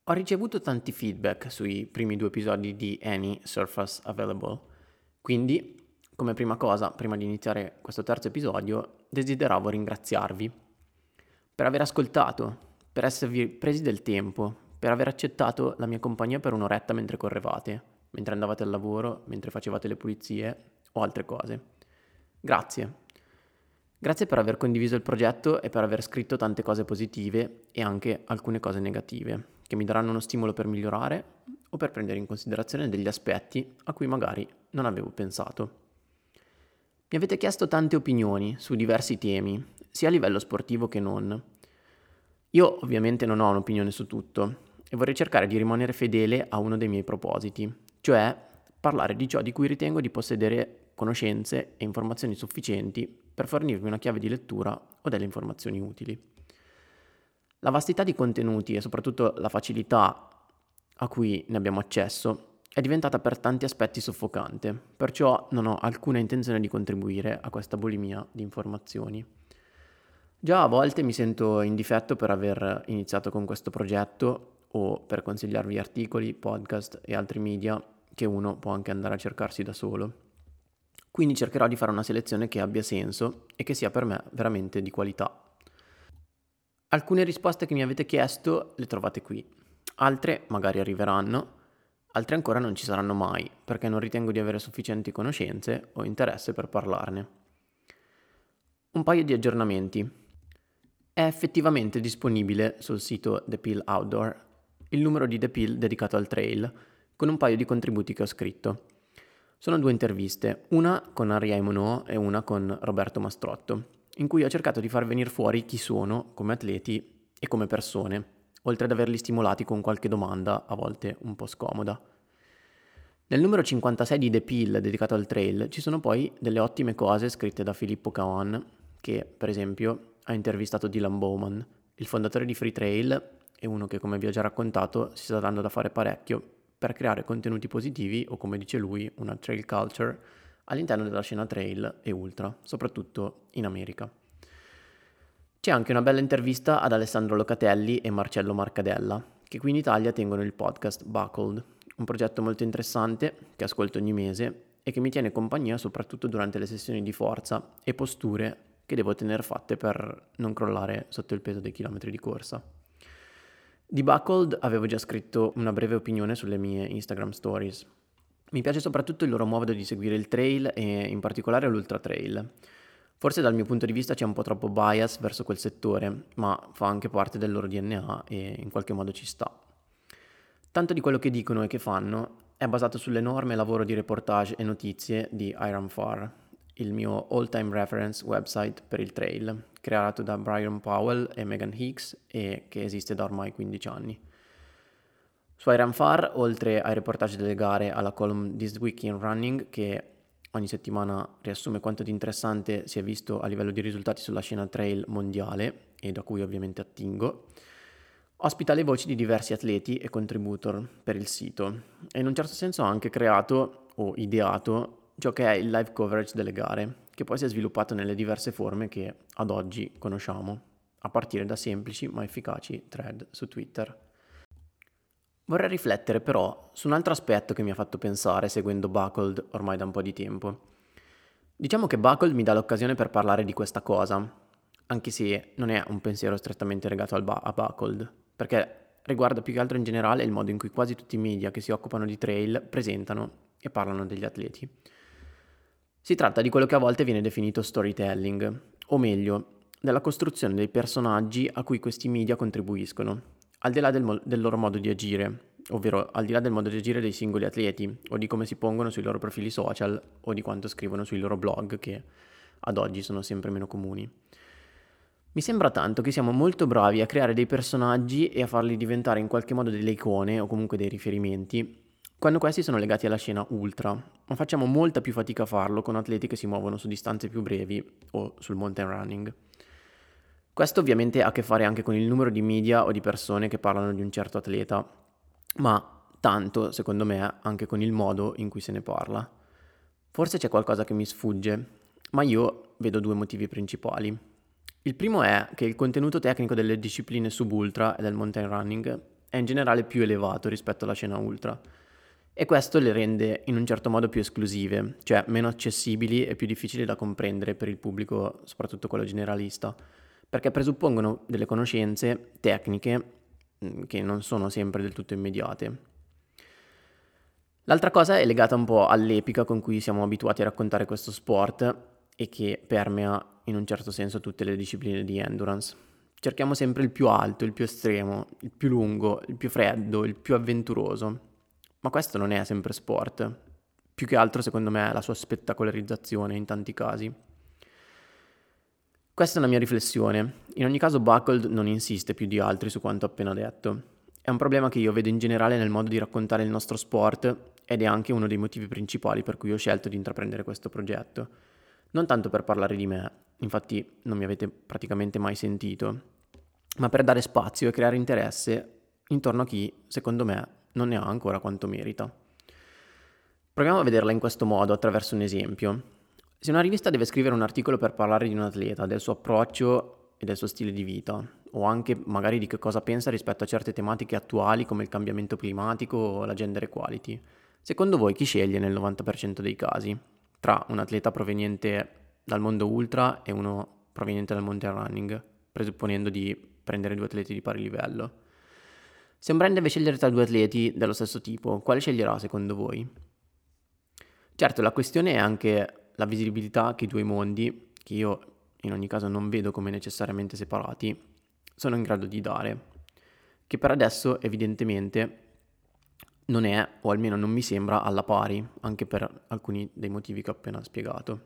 Ho ricevuto tanti feedback sui primi 2 episodi di Any Surface Available, quindi, come prima cosa, prima di iniziare questo terzo episodio, desideravo ringraziarvi per aver ascoltato, per esservi presi del tempo, per aver accettato la mia compagnia per un'oretta mentre correvate, mentre andavate al lavoro, mentre facevate le pulizie o altre cose. Grazie. Grazie per aver condiviso il progetto e per aver scritto tante cose positive e anche alcune cose negative, che mi daranno uno stimolo per migliorare o per prendere in considerazione degli aspetti a cui magari non avevo pensato. Mi avete chiesto tante opinioni su diversi temi, sia a livello sportivo che non. Io ovviamente non ho un'opinione su tutto e vorrei cercare di rimanere fedele a uno dei miei propositi, cioè parlare di ciò di cui ritengo di possedere conoscenze e informazioni sufficienti per fornirvi una chiave di lettura o delle informazioni utili. La vastità di contenuti e soprattutto la facilità a cui ne abbiamo accesso è diventata per tanti aspetti soffocante, perciò non ho alcuna intenzione di contribuire a questa bulimia di informazioni. Già a volte mi sento in difetto per aver iniziato con questo progetto o per consigliarvi articoli, podcast e altri media che uno può anche andare a cercarsi da solo. Quindi cercherò di fare una selezione che abbia senso e che sia per me veramente di qualità. Alcune risposte che mi avete chiesto le trovate qui, altre magari arriveranno, altre ancora non ci saranno mai perché non ritengo di avere sufficienti conoscenze o interesse per parlarne. Un paio di aggiornamenti. È effettivamente disponibile sul sito The Peel Outdoor il numero di The Peel dedicato al trail, con un paio di contributi che ho scritto. Sono 2 interviste, una con Henri Monod e una con Roberto Mastrotto, in cui ho cercato di far venire fuori chi sono come atleti e come persone, oltre ad averli stimolati con qualche domanda, a volte un po' scomoda. Nel numero 56 di The Peel dedicato al trail ci sono poi delle ottime cose scritte da Filippo Caon, che per esempio ha intervistato Dylan Bowman, il fondatore di Free Trail e uno che, come vi ho già raccontato, si sta dando da fare parecchio per creare contenuti positivi o, come dice lui, una trail culture all'interno della scena trail e ultra, soprattutto in America. C'è anche una bella intervista ad Alessandro Locatelli e Marcello Marcadella, che qui in Italia tengono il podcast Buckled, un progetto molto interessante che ascolto ogni mese e che mi tiene compagnia soprattutto durante le sessioni di forza e posture che devo tenere fatte per non crollare sotto il peso dei chilometri di corsa. Di Buckled avevo già scritto una breve opinione sulle mie Instagram stories. Mi piace soprattutto il loro modo di seguire il trail e in particolare l'ultra trail. Forse dal mio punto di vista c'è un po' troppo bias verso quel settore, ma fa anche parte del loro DNA e in qualche modo ci sta. Tanto di quello che dicono e che fanno è basato sull'enorme lavoro di reportage e notizie di Ironfar, il mio all-time reference website per il trail, creato da Brian Powell e Megan Hicks e che esiste da ormai 15 anni. Su Ironfar, oltre ai reportage delle gare, alla column This Week in Running, che ogni settimana riassume quanto di interessante si è visto a livello di risultati sulla scena trail mondiale e da cui ovviamente attingo, ospita le voci di diversi atleti e contributor per il sito e in un certo senso ha anche creato o ideato ciò che è il live coverage delle gare, che poi si è sviluppato nelle diverse forme che ad oggi conosciamo, a partire da semplici ma efficaci thread su Twitter. Vorrei riflettere però su un altro aspetto che mi ha fatto pensare seguendo Buckled ormai da un po' di tempo. Diciamo che Buckled mi dà l'occasione per parlare di questa cosa, anche se non è un pensiero strettamente legato a Buckled, perché riguarda più che altro in generale il modo in cui quasi tutti i media che si occupano di trail presentano e parlano degli atleti. Si tratta di quello che a volte viene definito storytelling, o meglio, della costruzione dei personaggi a cui questi media contribuiscono, al di là del loro modo di agire, ovvero al di là del modo di agire dei singoli atleti, o di come si pongono sui loro profili social, o di quanto scrivono sui loro blog, che ad oggi sono sempre meno comuni. Mi sembra tanto che siamo molto bravi a creare dei personaggi e a farli diventare in qualche modo delle icone o comunque dei riferimenti, quando questi sono legati alla scena ultra, ma facciamo molta più fatica a farlo con atleti che si muovono su distanze più brevi o sul mountain running. Questo ovviamente ha a che fare anche con il numero di media o di persone che parlano di un certo atleta, ma tanto, secondo me, anche con il modo in cui se ne parla. Forse c'è qualcosa che mi sfugge, ma io vedo 2 motivi principali. Il primo è che il contenuto tecnico delle discipline subultra e del mountain running è in generale più elevato rispetto alla cena ultra. E questo le rende in un certo modo più esclusive, cioè meno accessibili e più difficili da comprendere per il pubblico, soprattutto quello generalista, perché presuppongono delle conoscenze tecniche che non sono sempre del tutto immediate. L'altra cosa è legata un po' all'epica con cui siamo abituati a raccontare questo sport e che permea in un certo senso tutte le discipline di endurance. Cerchiamo sempre il più alto, il più estremo, il più lungo, il più freddo, il più avventuroso. Ma questo non è sempre sport. Più che altro, secondo me, è la sua spettacolarizzazione in tanti casi. Questa è una mia riflessione. In ogni caso, Buckled non insiste più di altri su quanto appena detto. È un problema che io vedo in generale nel modo di raccontare il nostro sport ed è anche uno dei motivi principali per cui ho scelto di intraprendere questo progetto. Non tanto per parlare di me, infatti non mi avete praticamente mai sentito, ma per dare spazio e creare interesse intorno a chi, secondo me, non ne ha ancora quanto merita. Proviamo a vederla in questo modo, attraverso un esempio. Se una rivista deve scrivere un articolo per parlare di un atleta, del suo approccio e del suo stile di vita, o anche magari di che cosa pensa rispetto a certe tematiche attuali come il cambiamento climatico o la gender equality, secondo voi chi sceglie nel 90% dei casi? Tra un atleta proveniente dal mondo ultra e uno proveniente dal mountain running, presupponendo di prendere due atleti di pari livello. Se un brand deve scegliere tra due atleti dello stesso tipo, quale sceglierà secondo voi? Certo, la questione è anche la visibilità che i due mondi, che io in ogni caso non vedo come necessariamente separati, sono in grado di dare, che per adesso evidentemente non è, o almeno non mi sembra, alla pari, anche per alcuni dei motivi che ho appena spiegato.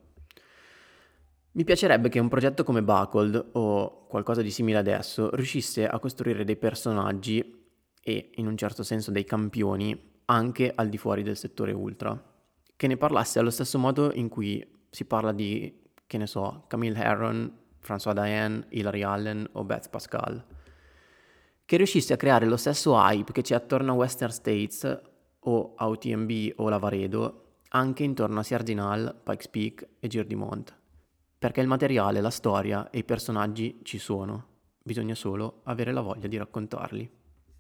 Mi piacerebbe che un progetto come Buckled, o qualcosa di simile adesso, riuscisse a costruire dei personaggi e, in un certo senso, dei campioni anche al di fuori del settore ultra, che ne parlasse allo stesso modo in cui si parla di, che ne so, Camille Herron, François Dayen, Hilary Allen o Beth Pascal, che riuscisse a creare lo stesso hype che c'è attorno a Western States o a UTMB o Lavaredo, anche intorno a Sierginal, Pikes Peak e Gir di Mont. Perché il materiale, la storia e i personaggi ci sono, bisogna solo avere la voglia di raccontarli.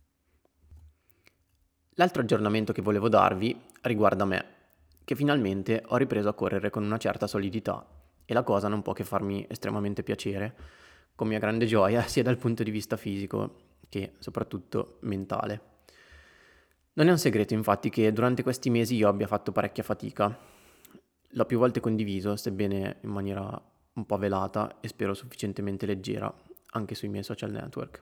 L'altro aggiornamento che volevo darvi riguarda me, che finalmente ho ripreso a correre con una certa solidità e la cosa non può che farmi estremamente piacere, con mia grande gioia sia dal punto di vista fisico che soprattutto mentale. Non è un segreto infatti che durante questi mesi io abbia fatto parecchia fatica. L'ho più volte condiviso, sebbene in maniera un po' velata e spero sufficientemente leggera, anche sui miei social network.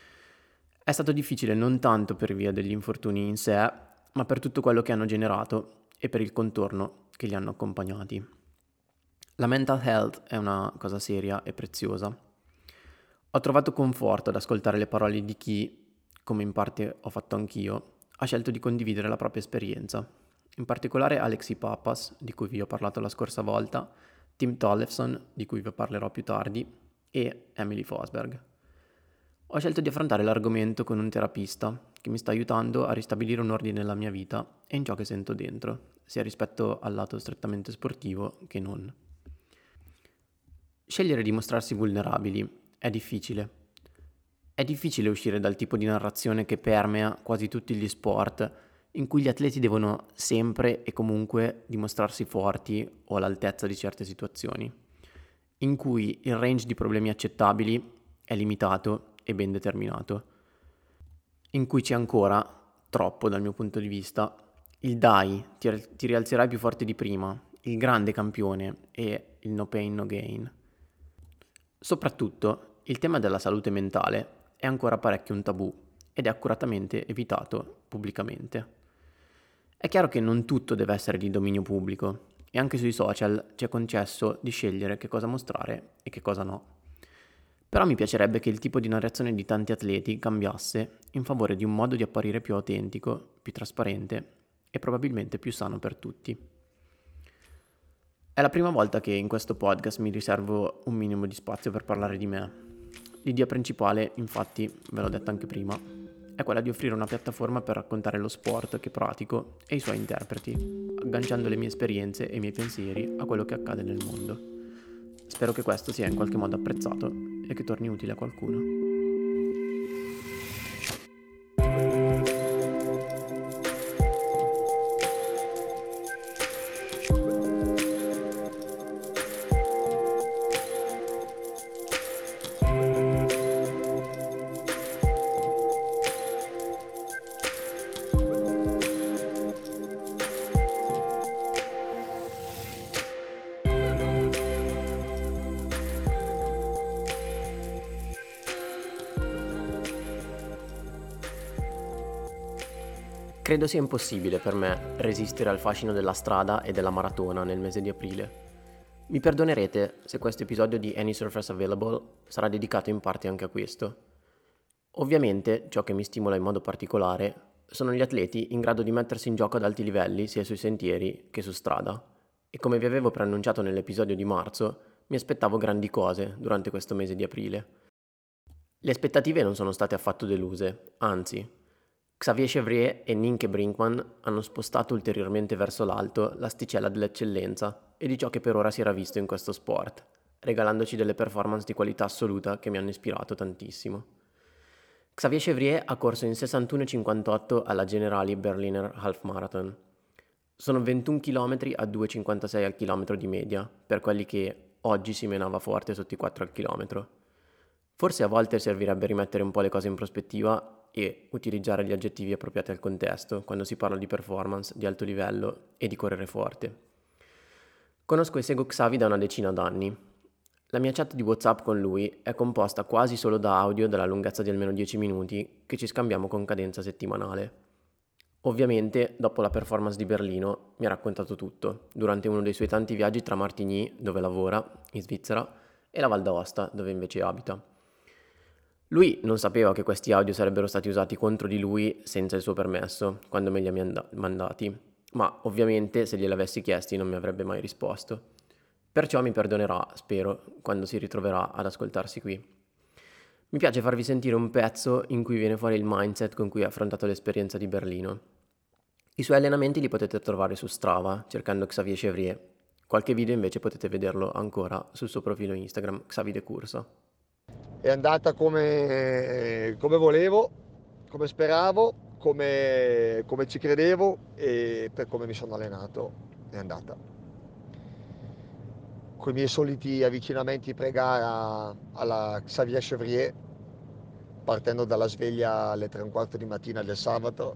È stato difficile non tanto per via degli infortuni in sé, ma per tutto quello che hanno generato e per il contorno che li hanno accompagnati. La mental health è una cosa seria e preziosa. Ho trovato conforto ad ascoltare le parole di chi, come in parte ho fatto anch'io, ha scelto di condividere la propria esperienza. In particolare Alexi Pappas, di cui vi ho parlato la scorsa volta, Tim Tollefson, di cui vi parlerò più tardi, e Emily Fosberg. Ho scelto di affrontare l'argomento con un terapista che mi sta aiutando a ristabilire un ordine nella mia vita e in ciò che sento dentro, sia rispetto al lato strettamente sportivo che non. Scegliere di mostrarsi vulnerabili è difficile. È difficile uscire dal tipo di narrazione che permea quasi tutti gli sport, in cui gli atleti devono sempre e comunque dimostrarsi forti o all'altezza di certe situazioni, in cui il range di problemi accettabili è limitato e ben determinato, in cui c'è ancora, troppo dal mio punto di vista, il dai, ti rialzerai più forte di prima, il grande campione e il no pain no gain. Soprattutto, il tema della salute mentale è ancora parecchio un tabù ed è accuratamente evitato pubblicamente. È chiaro che non tutto deve essere di dominio pubblico e anche sui social ci è concesso di scegliere che cosa mostrare e che cosa no. Però mi piacerebbe che il tipo di narrazione di tanti atleti cambiasse in favore di un modo di apparire più autentico, più trasparente e probabilmente più sano per tutti. È la prima volta che in questo podcast mi riservo un minimo di spazio per parlare di me. L'idea principale, infatti, ve l'ho detto anche prima, è quella di offrire una piattaforma per raccontare lo sport che pratico e i suoi interpreti, agganciando le mie esperienze e i miei pensieri a quello che accade nel mondo. Spero che questo sia in qualche modo apprezzato e che torni utile a qualcuno. Credo sia impossibile per me resistere al fascino della strada e della maratona nel mese di aprile. Mi perdonerete se questo episodio di Any Surface Available sarà dedicato in parte anche a questo. Ovviamente ciò che mi stimola in modo particolare sono gli atleti in grado di mettersi in gioco ad alti livelli sia sui sentieri che su strada. E come vi avevo preannunciato nell'episodio di marzo, mi aspettavo grandi cose durante questo mese di aprile. Le aspettative non sono state affatto deluse, anzi. Xavier Chevrier e Nienke Brinkman hanno spostato ulteriormente verso l'alto l'asticella dell'eccellenza e di ciò che per ora si era visto in questo sport, regalandoci delle performance di qualità assoluta che mi hanno ispirato tantissimo. Xavier Chevrier ha corso in 61,58 alla Generali Berliner Half Marathon. Sono 21 km a 2,56 al chilometro di media, per quelli che oggi si menava forte sotto i 4 al chilometro. Forse a volte servirebbe rimettere un po' le cose in prospettiva e utilizzare gli aggettivi appropriati al contesto quando si parla di performance di alto livello e di correre forte. Conosco e seguo Xavi da una decina d'anni. La mia chat di WhatsApp con lui è composta quasi solo da audio della lunghezza di almeno 10 minuti che ci scambiamo con cadenza settimanale. Ovviamente, dopo la performance di Berlino, mi ha raccontato tutto, durante uno dei suoi tanti viaggi tra Martigny, dove lavora, in Svizzera, e la Val d'Aosta, dove invece abita. Lui non sapeva che questi audio sarebbero stati usati contro di lui senza il suo permesso, quando me li ha mandati, ma ovviamente se glieli avessi chiesti non mi avrebbe mai risposto. Perciò mi perdonerà, spero, quando si ritroverà ad ascoltarsi qui. Mi piace farvi sentire un pezzo in cui viene fuori il mindset con cui ha affrontato l'esperienza di Berlino. I suoi allenamenti li potete trovare su Strava, cercando Xavier Chevrier. Qualche video invece potete vederlo ancora sul suo profilo Instagram, Xavi De Cursa. È andata come volevo, come speravo, come ci credevo e per come mi sono allenato è andata. Con i miei soliti avvicinamenti pre-gara alla Xavier Chevrier, partendo dalla sveglia alle 3:15 di mattina del sabato,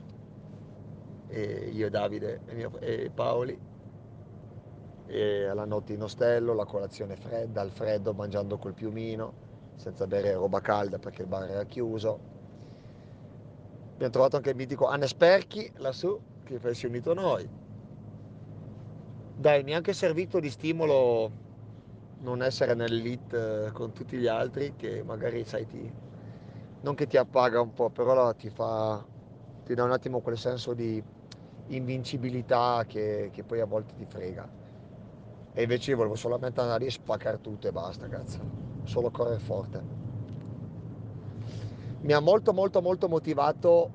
e io e Davide e Paoli, e alla notte in ostello, la colazione fredda, al freddo, mangiando col piumino, senza bere roba calda perché il bar era chiuso. Abbiamo trovato anche il mitico Hannes Perchi lassù, che si è unito a noi. Dai, mi è anche servito di stimolo non essere nell'elite con tutti gli altri, che magari sai, non che ti appaga un po', però ti dà un attimo quel senso di invincibilità che poi a volte ti frega. E invece io volevo solamente andare lì e spaccare tutto e basta, cazzo. Solo correre forte. Mi ha molto molto molto motivato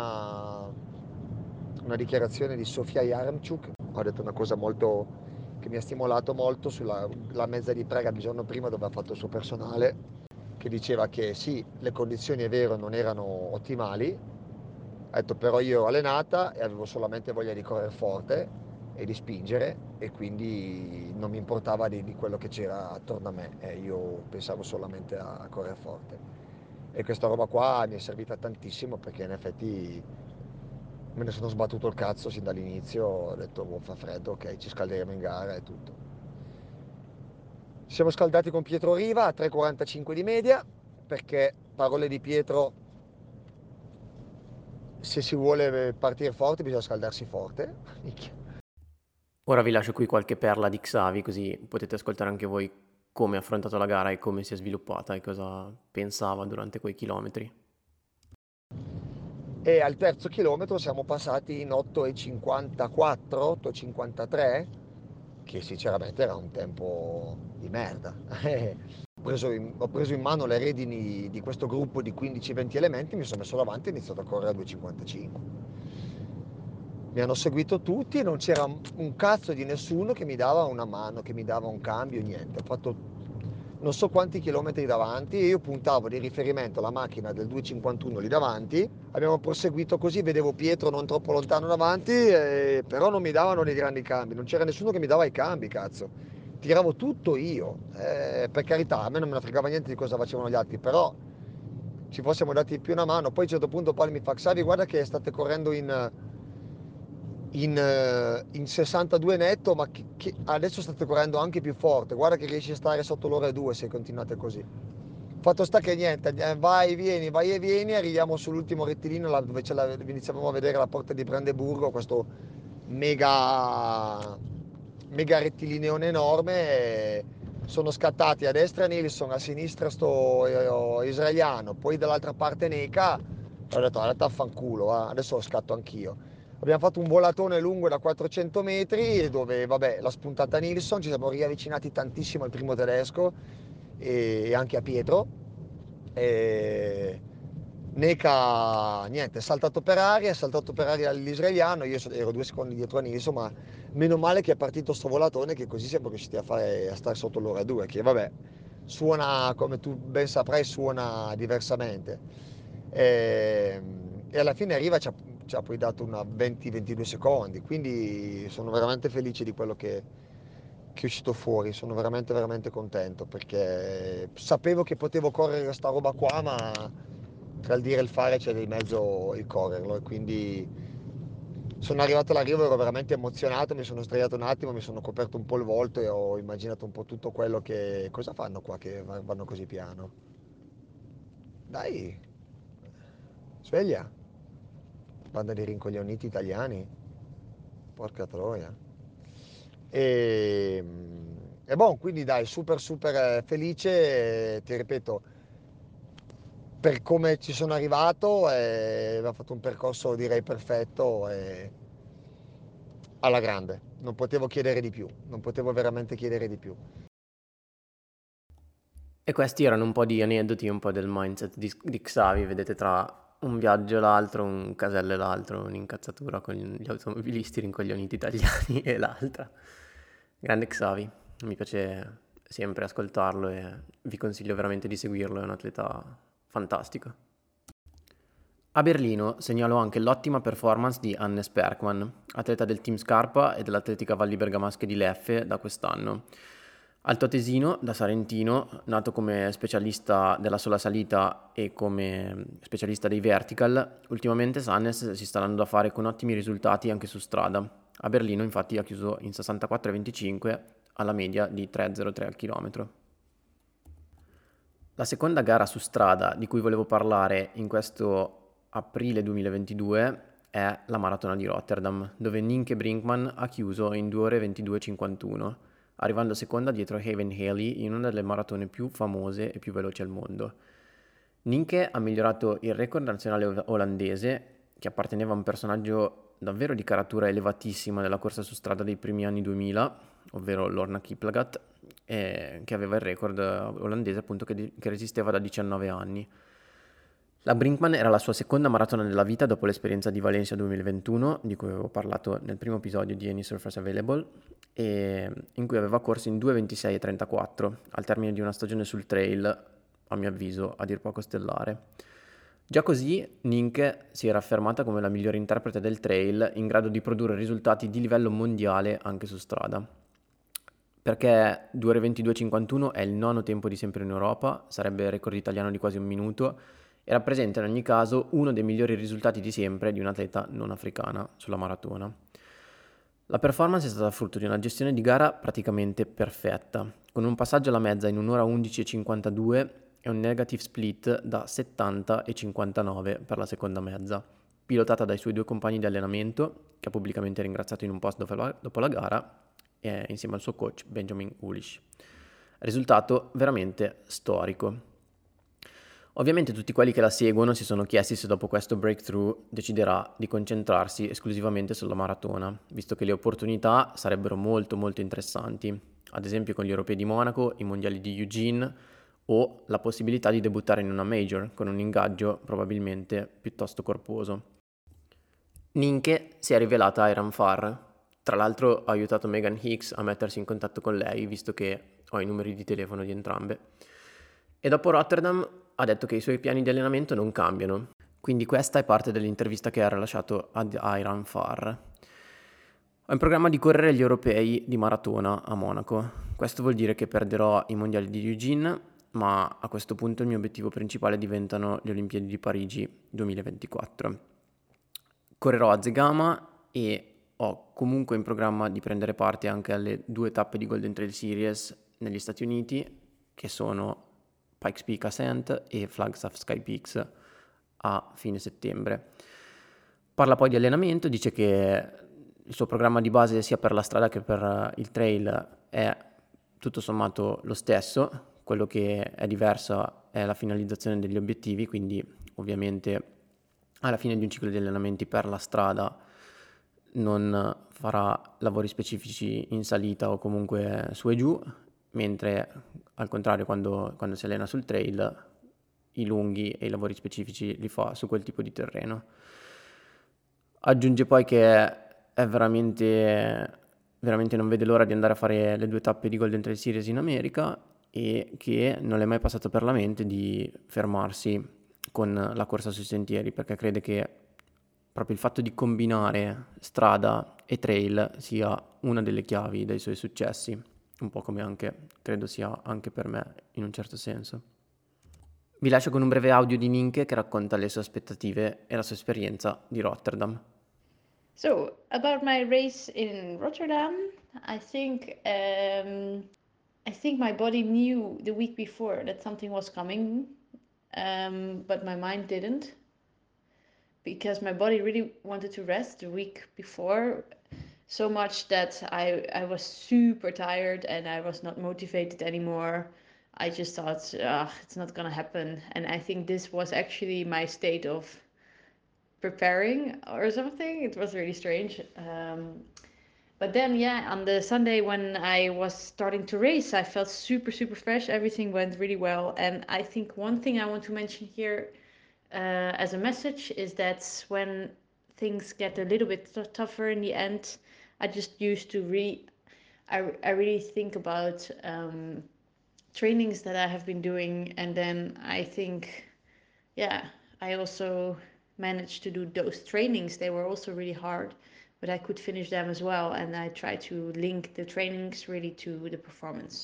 una dichiarazione di Sofia Yaremchuk. Ha detto una cosa molto che mi ha stimolato molto sulla la mezza di prega del giorno prima, dove ha fatto il suo personale, che diceva che sì, le condizioni è vero non erano ottimali, ha detto però io ero allenata e avevo solamente voglia di correre forte e di spingere, e quindi non mi importava di quello che c'era attorno a me, e io pensavo solamente a correre forte. E questa roba qua mi è servita tantissimo, perché in effetti me ne sono sbattuto il cazzo sin dall'inizio. Ho detto boh, fa freddo, ok, ci scalderemo in gara e tutto. Siamo scaldati con Pietro Riva a 3,45 di media, perché parole di Pietro, se si vuole partire forte bisogna scaldarsi forte. Ora vi lascio qui qualche perla di Xavi, così potete ascoltare anche voi come ha affrontato la gara e come si è sviluppata e cosa pensava durante quei chilometri. E al terzo chilometro siamo passati in 8,54, 8,53, che sinceramente era un tempo di merda. Ho preso in mano le redini di questo gruppo di 15-20 elementi, mi sono messo davanti e ho iniziato a correre a 2,55. Mi hanno seguito tutti e non c'era un cazzo di nessuno che mi dava una mano, che mi dava un cambio, niente. Ho fatto non so quanti chilometri davanti e io puntavo di riferimento alla macchina del 2,51 lì davanti. Abbiamo proseguito così, vedevo Pietro non troppo lontano davanti, però non mi davano dei grandi cambi, non c'era nessuno che mi dava i cambi, cazzo. Tiravo tutto io, per carità, a me non me ne fregava niente di cosa facevano gli altri, però ci fossimo dati più una mano. Poi a un certo punto Paolo mi fa: Xavi, guarda che state correndo in 62 netto, ma che adesso state correndo anche più forte, guarda che riesci a stare sotto l'ora e 2 se continuate così. Fatto sta che niente, vai e vieni, arriviamo sull'ultimo rettilineo dove iniziavamo a vedere la porta di Brandeburgo, questo mega, mega rettilineone enorme. E sono scattati a destra Nilsson, a sinistra sto israeliano, poi dall'altra parte Neca. Ho detto, guarda, affanculo, adesso lo scatto anch'io. Abbiamo fatto un volatone lungo da 400 metri dove, vabbè, l'ha spuntata Nilsson, ci siamo riavvicinati tantissimo al primo tedesco e anche a Pietro. E Neca, niente, è saltato per aria l'israeliano, io ero 2 secondi dietro a Nilsson, ma meno male che è partito sto volatone che così siamo riusciti a stare sotto l'ora 2, che vabbè, suona, come tu ben saprai, suona diversamente. E, e alla fine arriva ci ha poi dato una 20-22 secondi, quindi sono veramente felice di quello che è uscito fuori, sono veramente veramente contento perché sapevo che potevo correre sta roba qua, ma tra il dire e il fare c'è di mezzo il correrlo e quindi sono arrivato all'arrivo, ero veramente emozionato, mi sono sdraiato un attimo, mi sono coperto un po' il volto e ho immaginato un po' tutto quello che... Cosa fanno qua che vanno così piano? Dai, sveglia, banda di rincoglioniti italiani, porca troia. E, e boh, quindi dai, super super felice, ti ripeto, per come ci sono arrivato, abbiamo fatto un percorso direi perfetto e alla grande. Non potevo chiedere di più, non potevo veramente chiedere di più. E questi erano un po' di aneddoti, un po' del mindset di Xavi, vedete, tra un viaggio e l'altro, un casello e l'altro, un'incazzatura con gli automobilisti rincoglioniti italiani e l'altra. Grande Xavi, mi piace sempre ascoltarlo e vi consiglio veramente di seguirlo, è un atleta fantastico. A Berlino segnalò anche l'ottima performance di Hannes Bergmann, atleta del team Scarpa e dell'Atletica Valli Bergamasche di Leffe da quest'anno. Altoatesino, da Sarentino, nato come specialista della sola salita e come specialista dei vertical, ultimamente Hannes si sta dando da fare con ottimi risultati anche su strada. A Berlino infatti ha chiuso in 64,25 alla media di 3,03 al chilometro. La seconda gara su strada di cui volevo parlare in questo aprile 2022 è la maratona di Rotterdam, dove Nienke Brinkmann ha chiuso in 2 ore 22,51, arrivando seconda dietro Haven Haley in una delle maratone più famose e più veloci al mondo. Nienke ha migliorato il record nazionale olandese, che apparteneva a un personaggio davvero di caratura elevatissima della corsa su strada dei primi anni 2000, ovvero Lorna Kiplagat, che aveva il record olandese appunto che resisteva da 19 anni. La Brinkmann era la sua seconda maratona della vita dopo l'esperienza di Valencia 2021, di cui avevo parlato nel primo episodio di Any Surface Available, e in cui aveva corso in 2:26:34, al termine di una stagione sul trail, a mio avviso, a dir poco stellare. Già così, Nienke si era affermata come la migliore interprete del trail, in grado di produrre risultati di livello mondiale anche su strada. Perché 2 ore 22,51 è il nono tempo di sempre in Europa, sarebbe il record italiano di quasi un minuto, e rappresenta in ogni caso uno dei migliori risultati di sempre di un'atleta non africana sulla maratona. La performance è stata frutto di una gestione di gara praticamente perfetta, con un passaggio alla mezza in 1 ora 11,52 e un negative split da 70 e 59 per la seconda mezza, pilotata dai suoi due compagni di allenamento, che ha pubblicamente ringraziato in un post dopo la gara, insieme al suo coach Benjamin Ulish. Risultato veramente storico. Ovviamente tutti quelli che la seguono si sono chiesti se dopo questo breakthrough deciderà di concentrarsi esclusivamente sulla maratona, visto che le opportunità sarebbero molto molto interessanti, ad esempio con gli europei di Monaco, i mondiali di Eugene o la possibilità di debuttare in una major con un ingaggio probabilmente piuttosto corposo. Nienke si è rivelata Iron Farr, tra l'altro ha aiutato Megan Hicks a mettersi in contatto con lei, visto che ho i numeri di telefono di entrambe. E dopo Rotterdam ha detto che i suoi piani di allenamento non cambiano, quindi questa è parte dell'intervista che ha rilasciato ad Iron Farr. Ho in programma di correre gli europei di maratona a Monaco. Questo vuol dire che perderò i mondiali di Eugene, ma a questo punto il mio obiettivo principale diventano le Olimpiadi di Parigi 2024. Correrò a Zegama e ho comunque in programma di prendere parte anche alle 2 tappe di Golden Trail Series negli Stati Uniti, che sono Pikes Peak Ascent e Flagstaff Sky Peaks a fine settembre. Parla poi di allenamento, dice che il suo programma di base sia per la strada che per il trail è tutto sommato lo stesso, quello che è diverso è la finalizzazione degli obiettivi, quindi ovviamente alla fine di un ciclo di allenamenti per la strada non farà lavori specifici in salita o comunque su e giù, mentre al contrario quando si allena sul trail i lunghi e i lavori specifici li fa su quel tipo di terreno. Aggiunge poi che è veramente non vede l'ora di andare a fare le 2 tappe di Golden Trail Series in America e che non le è mai passato per la mente di fermarsi con la corsa sui sentieri, perché crede che proprio il fatto di combinare strada e trail sia una delle chiavi dei suoi successi, un po' come anche credo sia anche per me in un certo senso. Vi lascio con un breve audio di Ninke che racconta le sue aspettative e la sua esperienza di Rotterdam. So, about my race in Rotterdam, I think my body knew the week before that something was coming, but my mind didn't, because my body really wanted to rest the week before, so much that I was super tired and I was not motivated anymore. I just thought, it's not gonna happen. And I think this was actually my state of preparing or something. It was really strange. But then, yeah, on the Sunday when I was starting to race, I felt super, super fresh. Everything went really well. And I think one thing I want to mention here as a message is that when things get a little bit tougher in the end, I just used to I really think about trainings that I have been doing. And then I think, yeah, I also managed to do those trainings. They were also really hard, but I could finish them as well. And I try to link the trainings really to the performance.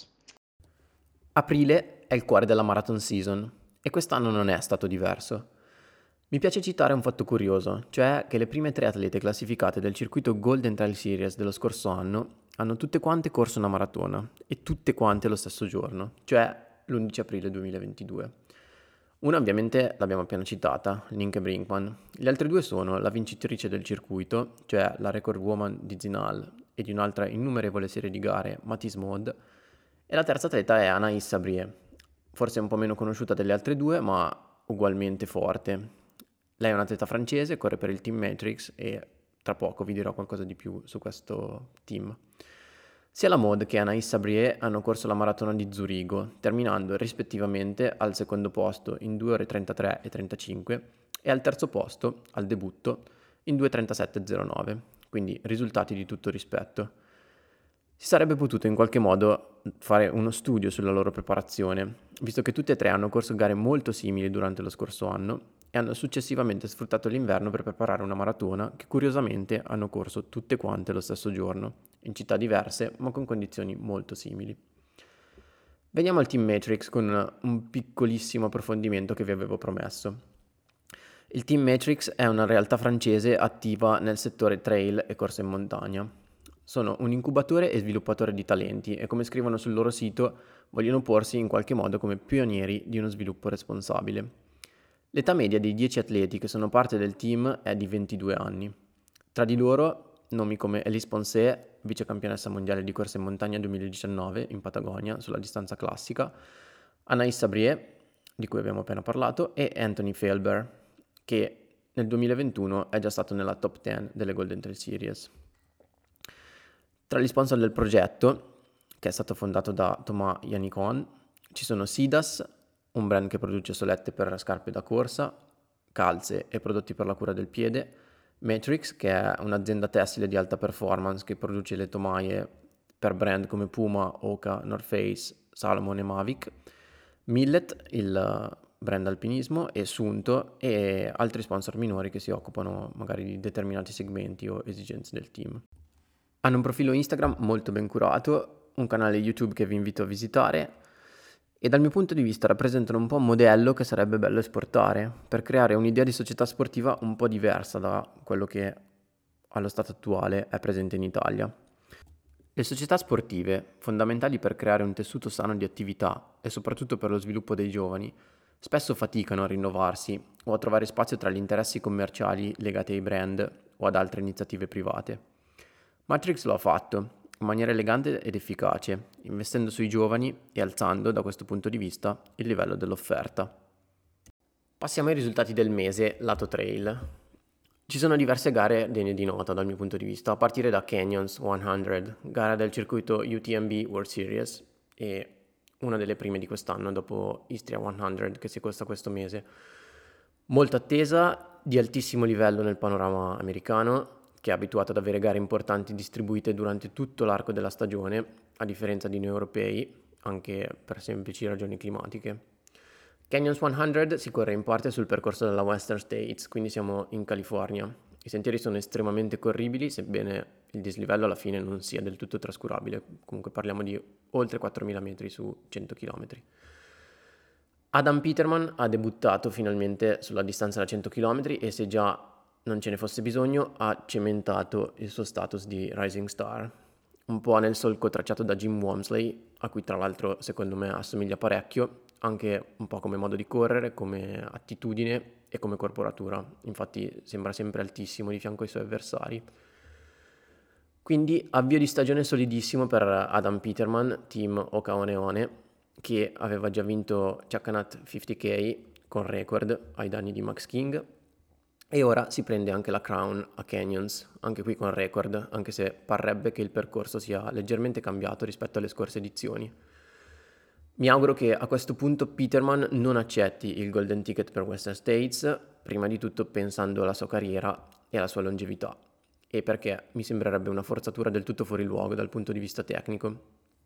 Aprile è il cuore della marathon season e quest'anno non è stato diverso. Mi piace citare un fatto curioso, cioè che le prime 3 atlete classificate del circuito Golden Trail Series dello scorso anno hanno tutte quante corso una maratona e tutte quante lo stesso giorno, cioè l'11 aprile 2022. Una ovviamente l'abbiamo appena citata, Linke Brinkman. Le altre 2 sono la vincitrice del circuito, cioè la record woman di Zinal e di un'altra innumerevole serie di gare, Mathis Maud, e la terza atleta è Anaïs Sabrier, forse un po' meno conosciuta delle altre 2, ma ugualmente forte. Lei è un'atleta francese, corre per il Team Matrix e tra poco vi dirò qualcosa di più su questo team. Sia la Maud che Anaïs Sabrier hanno corso la maratona di Zurigo, terminando rispettivamente al secondo posto in 2 ore 33 e 35 e al terzo posto, al debutto, in 2:37 e 09, quindi risultati di tutto rispetto. Si sarebbe potuto in qualche modo fare uno studio sulla loro preparazione, visto che tutte e 3 hanno corso gare molto simili durante lo scorso anno e hanno successivamente sfruttato l'inverno per preparare una maratona che curiosamente hanno corso tutte quante lo stesso giorno, in città diverse ma con condizioni molto simili. Veniamo al Team Matrix con un piccolissimo approfondimento che vi avevo promesso. Il Team Matrix è una realtà francese attiva nel settore trail e corsa in montagna. Sono un incubatore e sviluppatore di talenti e, come scrivono sul loro sito, vogliono porsi in qualche modo come pionieri di uno sviluppo responsabile. L'età media dei 10 atleti che sono parte del team è di 22 anni. Tra di loro nomi come Elise Poncet, vicecampionessa mondiale di corsa in montagna 2019 in Patagonia sulla distanza classica, Anaïs Sabrier, di cui abbiamo appena parlato, e Anthony Felber, che nel 2021 è già stato nella top 10 delle Golden Trail Series. Tra gli sponsor del progetto, che è stato fondato da Thomas Yannicon, ci sono Sidas, un brand che produce solette per scarpe da corsa, calze e prodotti per la cura del piede, Matrix, che è un'azienda tessile di alta performance che produce le tomaie per brand come Puma, Oka, North Face, Salomon e Mavic, Millet, il brand alpinismo, e Sunto e altri sponsor minori che si occupano magari di determinati segmenti o esigenze del team. Hanno un profilo Instagram molto ben curato, un canale YouTube che vi invito a visitare e dal mio punto di vista rappresentano un po' un modello che sarebbe bello esportare per creare un'idea di società sportiva un po' diversa da quello che allo stato attuale è presente in Italia. Le società sportive, fondamentali per creare un tessuto sano di attività e soprattutto per lo sviluppo dei giovani, spesso faticano a rinnovarsi o a trovare spazio tra gli interessi commerciali legati ai brand o ad altre iniziative private. Matrix lo ha fatto in maniera elegante ed efficace, investendo sui giovani e alzando, da questo punto di vista, il livello dell'offerta. Passiamo ai risultati del mese, lato trail. Ci sono diverse gare degne di nota dal mio punto di vista, a partire da Canyons 100, gara del circuito UTMB World Series e una delle prime di quest'anno dopo Istria 100 che si costa questo mese. Molto attesa, di altissimo livello nel panorama americano, che è abituato ad avere gare importanti distribuite durante tutto l'arco della stagione, a differenza di noi europei, anche per semplici ragioni climatiche. Canyons 100 si corre in parte sul percorso della Western States, quindi siamo in California. I sentieri sono estremamente corribili, sebbene il dislivello alla fine non sia del tutto trascurabile. Comunque parliamo di oltre 4.000 metri su 100 km. Adam Peterman ha debuttato finalmente sulla distanza da 100 km e, se già non ce ne fosse bisogno, ha cementato il suo status di Rising Star, un po' nel solco tracciato da Jim Walmsley, a cui tra l'altro secondo me assomiglia parecchio, anche un po' come modo di correre, come attitudine e come corporatura. Infatti sembra sempre altissimo di fianco ai suoi avversari. Quindi avvio di stagione solidissimo per Adam Peterman, team Okaoneone, che aveva già vinto Chakanat 50K con record ai danni di Max King, e ora si prende anche la Crown a Canyons, anche qui con record, anche se parrebbe che il percorso sia leggermente cambiato rispetto alle scorse edizioni. Mi auguro che a questo punto Peterman non accetti il Golden Ticket per Western States, prima di tutto pensando alla sua carriera e alla sua longevità, e perché mi sembrerebbe una forzatura del tutto fuori luogo dal punto di vista tecnico.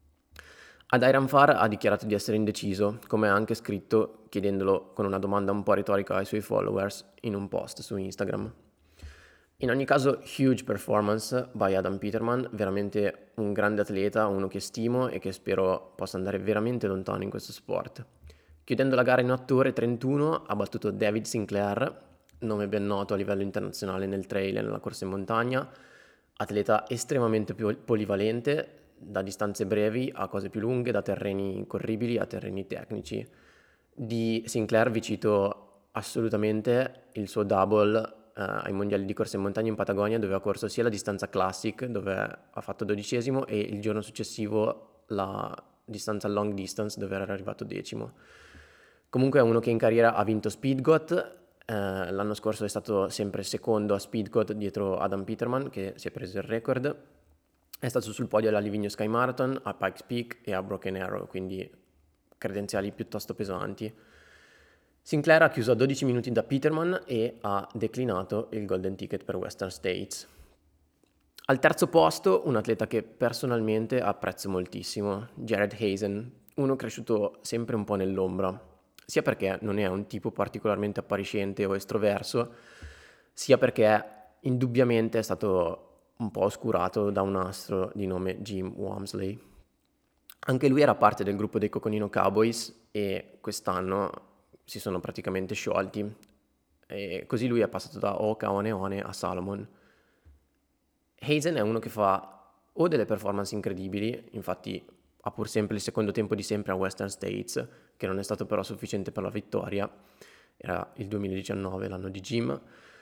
Ad Iron Far ha dichiarato di essere indeciso, come ha anche scritto chiedendolo con una domanda un po' retorica ai suoi followers in un post su Instagram. In ogni caso, huge performance by Adam Peterman, veramente un grande atleta, uno che stimo e che spero possa andare veramente lontano in questo sport. Chiudendo la gara in 8 ore 31 ha battuto David Sinclair, nome ben noto a livello internazionale nel trail e nella corsa in montagna, atleta estremamente polivalente, da distanze brevi a cose più lunghe, da terreni corribili a terreni tecnici. Di Sinclair vi cito assolutamente il suo double ai mondiali di corsa in montagna in Patagonia, dove ha corso sia la distanza classic, dove ha fatto 12°, e il giorno successivo la distanza long distance, dove era arrivato 10°. Comunque è uno che in carriera ha vinto Speedgoat, l'anno scorso è stato sempre secondo a Speedgoat dietro Adam Peterman, che si è preso il record. È stato sul podio alla Livigno Sky Marathon, a Pikes Peak e a Broken Arrow, quindi credenziali piuttosto pesanti. Sinclair ha chiuso a 12 minuti da Peterman e ha declinato il Golden Ticket per Western States. Al terzo posto, un atleta che personalmente apprezzo moltissimo, Jared Hazen, uno cresciuto sempre un po' nell'ombra, sia perché non è un tipo particolarmente appariscente o estroverso, sia perché indubbiamente è stato un po' oscurato da un astro di nome Jim Walmsley. Anche lui era parte del gruppo dei Coconino Cowboys e quest'anno si sono praticamente sciolti, e così lui è passato da Okaoneone a Salomon. Hazen è uno che fa o delle performance incredibili, infatti ha pur sempre il secondo tempo di sempre a Western States, che non è stato però sufficiente per la vittoria, era il 2019, l'anno di Jim,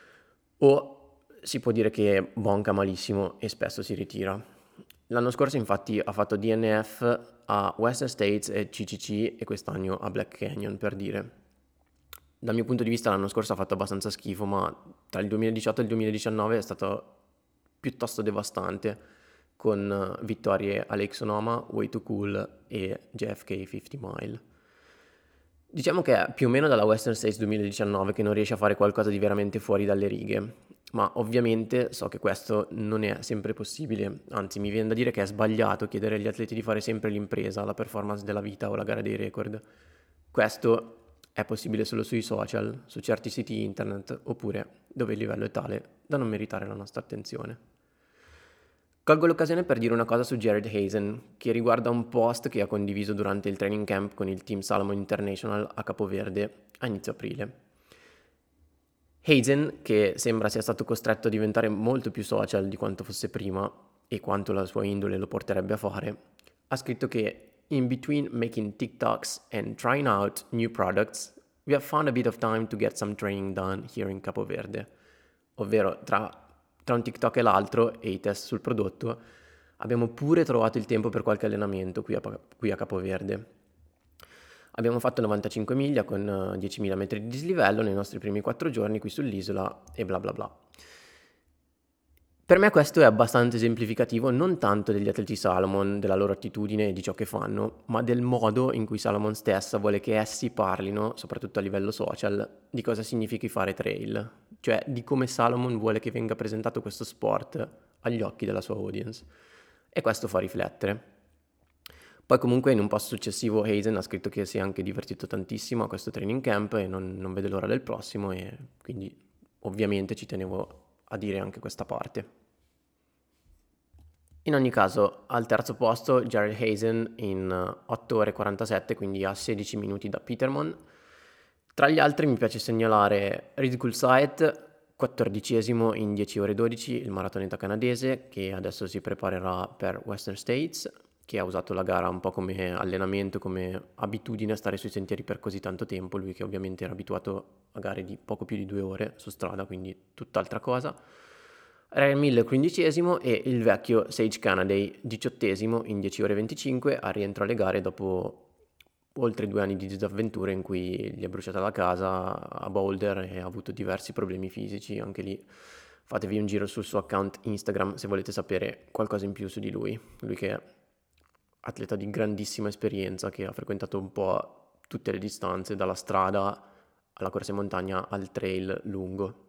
o si può dire che bonca malissimo e spesso si ritira. L'anno scorso infatti ha fatto DNF a Western States e CCC e quest'anno a Black Canyon, per dire. Dal mio punto di vista l'anno scorso ha fatto abbastanza schifo, ma tra il 2018 e il 2019 è stato piuttosto devastante, con vittorie a Lake Sonoma, Way to Cool e JFK 50 Mile. Diciamo che è più o meno dalla Western States 2019 che non riesce a fare qualcosa di veramente fuori dalle righe, ma ovviamente so che questo non è sempre possibile, anzi mi viene da dire che è sbagliato chiedere agli atleti di fare sempre l'impresa, la performance della vita o la gara dei record. Questo è possibile solo sui social, su certi siti internet, oppure dove il livello è tale da non meritare la nostra attenzione. Colgo l'occasione per dire una cosa su Jared Hazen, che riguarda un post che ha condiviso durante il training camp con il team Salomon International a Capoverde a inizio aprile. Hazen, che sembra sia stato costretto a diventare molto più social di quanto fosse prima, e quanto la sua indole lo porterebbe a fare, ha scritto che in between making TikToks and trying out new products, we have found a bit of time to get some training done here in Capo Verde. Ovvero tra un TikTok e l'altro e i test sul prodotto abbiamo pure trovato il tempo per qualche allenamento qui a Capo Verde. Abbiamo fatto 95 miglia con 10.000 metri di dislivello nei nostri primi 4 giorni qui sull'isola e bla bla bla. Per me questo è abbastanza esemplificativo non tanto degli atleti Salomon, della loro attitudine e di ciò che fanno, ma del modo in cui Salomon stessa vuole che essi parlino, soprattutto a livello social, di cosa significhi fare trail, cioè di come Salomon vuole che venga presentato questo sport agli occhi della sua audience. E questo fa riflettere. Poi comunque in un post successivo Hazen ha scritto che si è anche divertito tantissimo a questo training camp e non vede l'ora del prossimo, e quindi ovviamente ci tenevo a dire anche questa parte. In ogni caso, al terzo posto Jared Hazen in 8 ore 47, quindi a 16 minuti da Petermon. Tra gli altri mi piace segnalare Reed Coulthard, 14esimo in 10 ore 12, il maratoneta canadese, che adesso si preparerà per Western States, che ha usato la gara un po' come allenamento, come abitudine a stare sui sentieri per così tanto tempo, lui che ovviamente era abituato a gare di poco più di 2 ore su strada, quindi tutt'altra cosa. Ryan Miller 15esimo e il vecchio Sage Canaday 18esimo in 10 ore 25 a rientro alle gare dopo oltre 2 anni di disavventure in cui gli è bruciata la casa a Boulder e ha avuto diversi problemi fisici. Anche lì fatevi un giro sul suo account Instagram se volete sapere qualcosa in più su di lui che è atleta di grandissima esperienza, che ha frequentato un po' tutte le distanze, dalla strada alla corsa in montagna al trail lungo.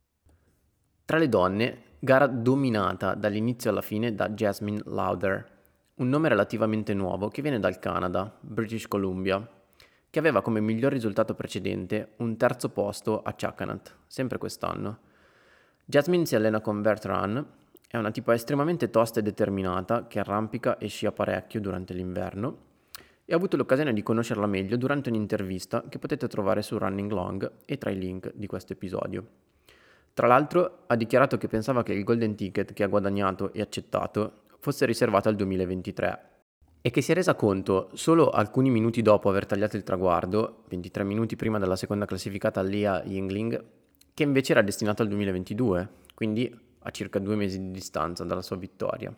Tra le donne, gara dominata dall'inizio alla fine da Jasmine Lauder, un nome relativamente nuovo che viene dal Canada, British Columbia, che aveva come miglior risultato precedente un terzo posto a Chakanat, sempre quest'anno. Jasmine si allena con Vert Run, è una tipa estremamente tosta e determinata che arrampica e scia parecchio durante l'inverno, e ho avuto l'occasione di conoscerla meglio durante un'intervista che potete trovare su Running Long e tra i link di questo episodio. Tra l'altro ha dichiarato che pensava che il Golden Ticket che ha guadagnato e accettato fosse riservato al 2023 e che si è resa conto solo alcuni minuti dopo aver tagliato il traguardo, 23 minuti prima della seconda classificata Leah Yingling, che invece era destinato al 2022, quindi a circa 2 mesi di distanza dalla sua vittoria.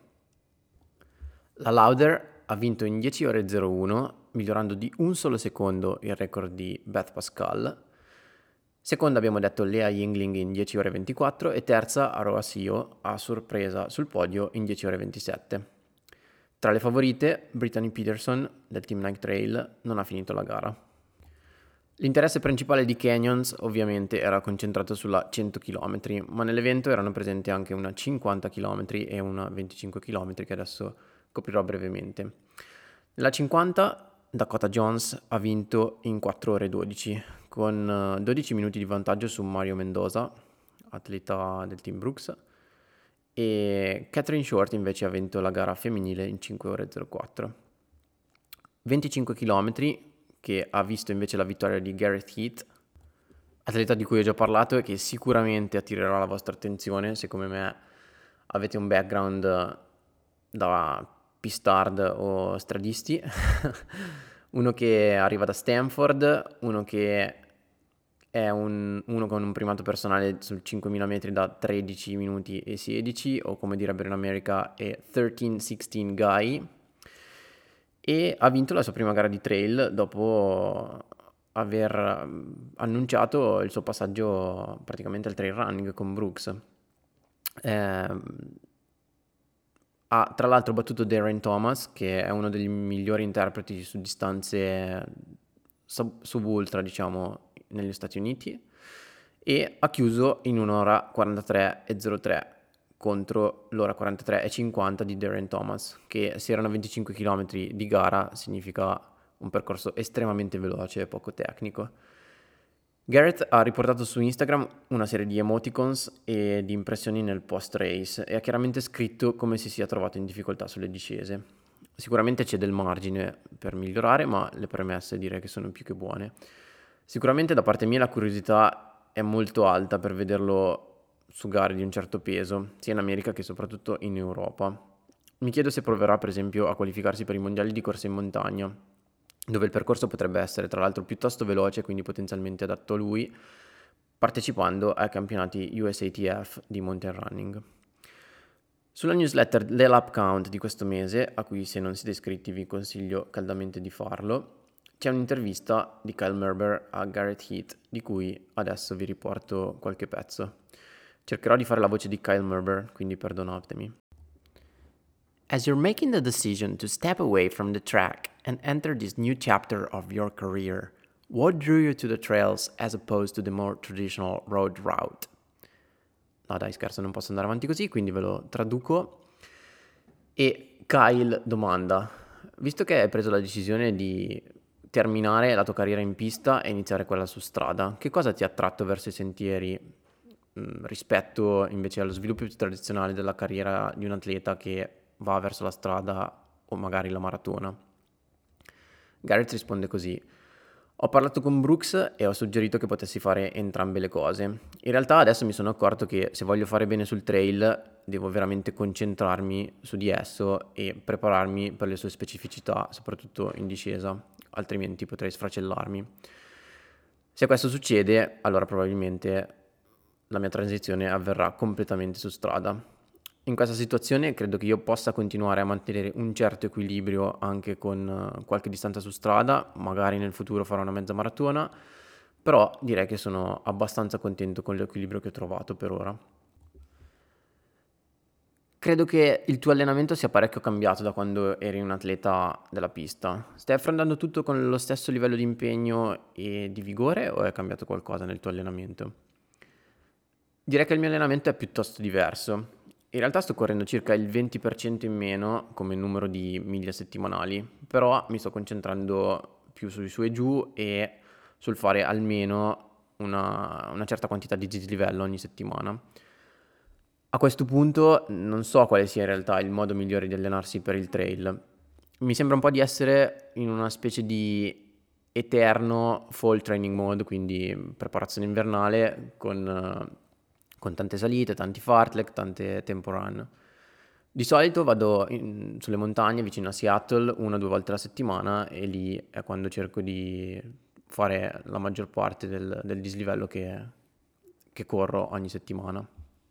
La Lauder ha vinto in 10 ore 01, migliorando di un solo secondo il record di Beth Pascal. Seconda abbiamo detto Leah Yingling in 10 ore 24 e terza Aroa Sio a sorpresa sul podio in 10 ore 27. Tra le favorite Brittany Peterson del Team Nike Trail non ha finito la gara. L'interesse principale di Canyons ovviamente era concentrato sulla 100 km, ma nell'evento erano presenti anche una 50 km e una 25 km che adesso coprirò brevemente. Nella 50 Dakota Jones ha vinto in 4 ore 12 con 12 minuti di vantaggio su Mario Mendoza, atleta del team Brooks, e Catherine Short invece ha vinto la gara femminile in 5 ore 04. 25 km che ha visto invece la vittoria di Gareth Heath, atleta di cui ho già parlato e che sicuramente attirerà la vostra attenzione se come me avete un background da pistard o stradisti. Uno che arriva da Stanford, uno che è uno con un primato personale sul 5.000 metri da 13 minuti e 16, o come direbbero in America è 13-16 guy, e ha vinto la sua prima gara di trail dopo aver annunciato il suo passaggio praticamente al trail running con Brooks. Ha tra l'altro battuto Darren Thomas, che è uno dei migliori interpreti su distanze sub-ultra, diciamo, negli Stati Uniti, e ha chiuso in un'ora 43:03 contro l'ora 43:50 di Darren Thomas, che se erano 25 km di gara significa un percorso estremamente veloce e poco tecnico. Gareth ha riportato su Instagram una serie di emoticons e di impressioni nel post-race e ha chiaramente scritto come si sia trovato in difficoltà sulle discese. Sicuramente c'è del margine per migliorare, ma le premesse direi che sono più che buone. Sicuramente da parte mia la curiosità è molto alta per vederlo su gare di un certo peso, sia in America che soprattutto in Europa. Mi chiedo se proverà per esempio a qualificarsi per i mondiali di corsa in montagna, dove il percorso potrebbe essere tra l'altro piuttosto veloce, quindi potenzialmente adatto a lui, partecipando ai campionati USATF di mountain running. Sulla newsletter The Lap Count di questo mese, a cui se non siete iscritti vi consiglio caldamente di farlo, c'è un'intervista di Kyle Merber a Garrett Heath, di cui adesso vi riporto qualche pezzo. Cercherò di fare la voce di Kyle Merber, quindi perdonatemi. As you're making the decision to step away from the track and enter this new chapter of your career, what drew you to the trails as opposed to the more traditional road route? No dai, scherzo, non posso andare avanti così, quindi ve lo traduco. E Kyle domanda: visto che hai preso la decisione di terminare la tua carriera in pista e iniziare quella su strada, che cosa ti ha attratto verso i sentieri rispetto invece allo sviluppo più tradizionale della carriera di un atleta che va verso la strada o magari la maratona? Garrett risponde così: ho parlato con Brooks e ho suggerito che potessi fare entrambe le cose. In realtà adesso mi sono accorto che se voglio fare bene sul trail devo veramente concentrarmi su di esso e prepararmi per le sue specificità, soprattutto in discesa, altrimenti potrei sfracellarmi. Se questo succede, allora probabilmente la mia transizione avverrà completamente su strada. In questa situazione credo che io possa continuare a mantenere un certo equilibrio anche con qualche distanza su strada, magari nel futuro farò una mezza maratona, però direi che sono abbastanza contento con l'equilibrio che ho trovato per ora. Credo che il tuo allenamento sia parecchio cambiato da quando eri un atleta della pista. Stai affrontando tutto con lo stesso livello di impegno e di vigore o è cambiato qualcosa nel tuo allenamento? Direi che il mio allenamento è piuttosto diverso. In realtà sto correndo circa il 20% in meno come numero di miglia settimanali, però mi sto concentrando più sui su e giù e sul fare almeno una certa quantità di dislivello ogni settimana. A questo punto non so quale sia in realtà il modo migliore di allenarsi per il trail. Mi sembra un po' di essere in una specie di eterno fall training mode, quindi preparazione invernale con tante salite, tanti fartlek, tante tempo run. Di solito vado sulle montagne vicino a Seattle 1 o 2 volte alla settimana e lì è quando cerco di fare la maggior parte del dislivello che corro ogni settimana.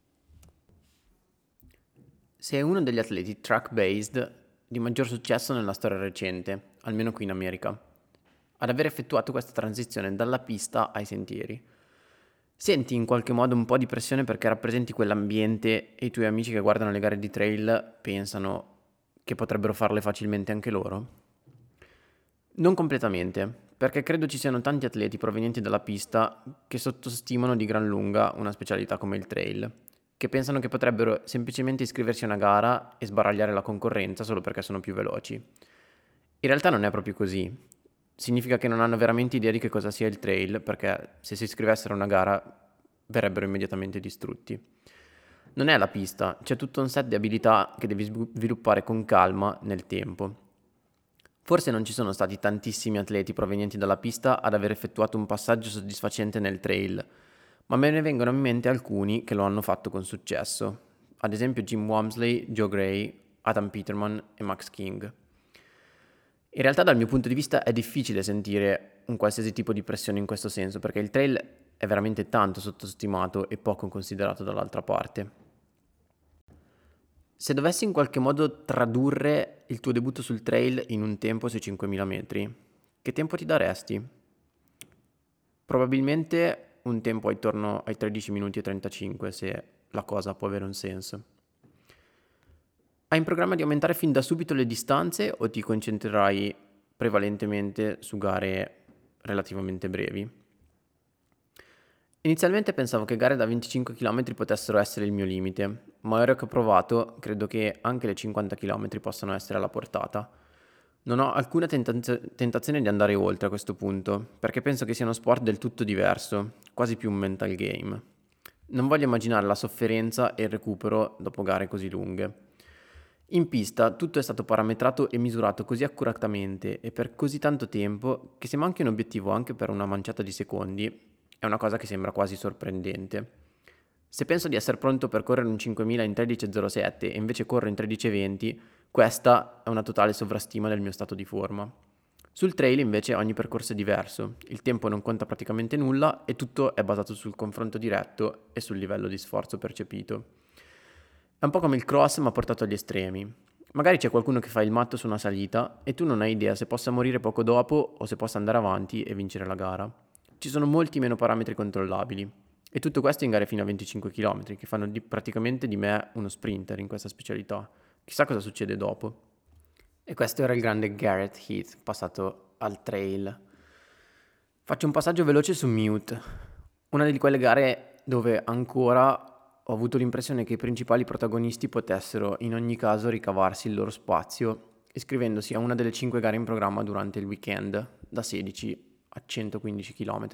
Sei uno degli atleti track-based di maggior successo nella storia recente, almeno qui in America, ad aver effettuato questa transizione dalla pista ai sentieri. Senti in qualche modo un po' di pressione perché rappresenti quell'ambiente e i tuoi amici che guardano le gare di trail pensano che potrebbero farle facilmente anche loro? Non completamente, perché credo ci siano tanti atleti provenienti dalla pista che sottostimano di gran lunga una specialità come il trail, che pensano che potrebbero semplicemente iscriversi a una gara e sbaragliare la concorrenza solo perché sono più veloci. In realtà non è proprio così. Significa che non hanno veramente idea di che cosa sia il trail, perché se si iscrivessero a una gara verrebbero immediatamente distrutti. Non è la pista, c'è tutto un set di abilità che devi sviluppare con calma nel tempo. Forse non ci sono stati tantissimi atleti provenienti dalla pista ad aver effettuato un passaggio soddisfacente nel trail, ma me ne vengono in mente alcuni che lo hanno fatto con successo. Ad esempio Jim Walmsley, Joe Gray, Adam Peterman e Max King. In realtà dal mio punto di vista è difficile sentire un qualsiasi tipo di pressione in questo senso, perché il trail è veramente tanto sottostimato e poco considerato dall'altra parte. Se dovessi in qualche modo tradurre il tuo debutto sul trail in un tempo sui 5.000 metri, che tempo ti daresti? Probabilmente un tempo attorno ai 13 minuti e 35, se la cosa può avere un senso. Hai in programma di aumentare fin da subito le distanze o ti concentrerai prevalentemente su gare relativamente brevi? Inizialmente pensavo che gare da 25 km potessero essere il mio limite, ma ora che ho provato credo che anche le 50 km possano essere alla portata. Non ho alcuna tentazione di andare oltre a questo punto, perché penso che sia uno sport del tutto diverso, quasi più un mental game. Non voglio immaginare la sofferenza e il recupero dopo gare così lunghe. In pista tutto è stato parametrato e misurato così accuratamente e per così tanto tempo che se manchi un obiettivo anche per una manciata di secondi è una cosa che sembra quasi sorprendente. Se penso di essere pronto per correre un 5000 in 13.07 e invece corro in 13.20, Questa è una totale sovrastima del mio stato di forma. Sul trail invece ogni percorso è diverso, il tempo non conta praticamente nulla e tutto è basato sul confronto diretto e sul livello di sforzo percepito. È un po' come il cross ma portato agli estremi. Magari c'è qualcuno che fa il matto su una salita e tu non hai idea se possa morire poco dopo o se possa andare avanti e vincere la gara. Ci sono molti meno parametri controllabili. E tutto questo in gare fino a 25 km, che fanno praticamente di me uno sprinter in questa specialità. Chissà cosa succede dopo. E questo era il grande Garrett Heath, passato al trail. Faccio un passaggio veloce su Mute, una di quelle gare dove ancora ho avuto l'impressione che i principali protagonisti potessero in ogni caso ricavarsi il loro spazio, iscrivendosi a una delle 5 gare in programma durante il weekend, da 16 a 115 km.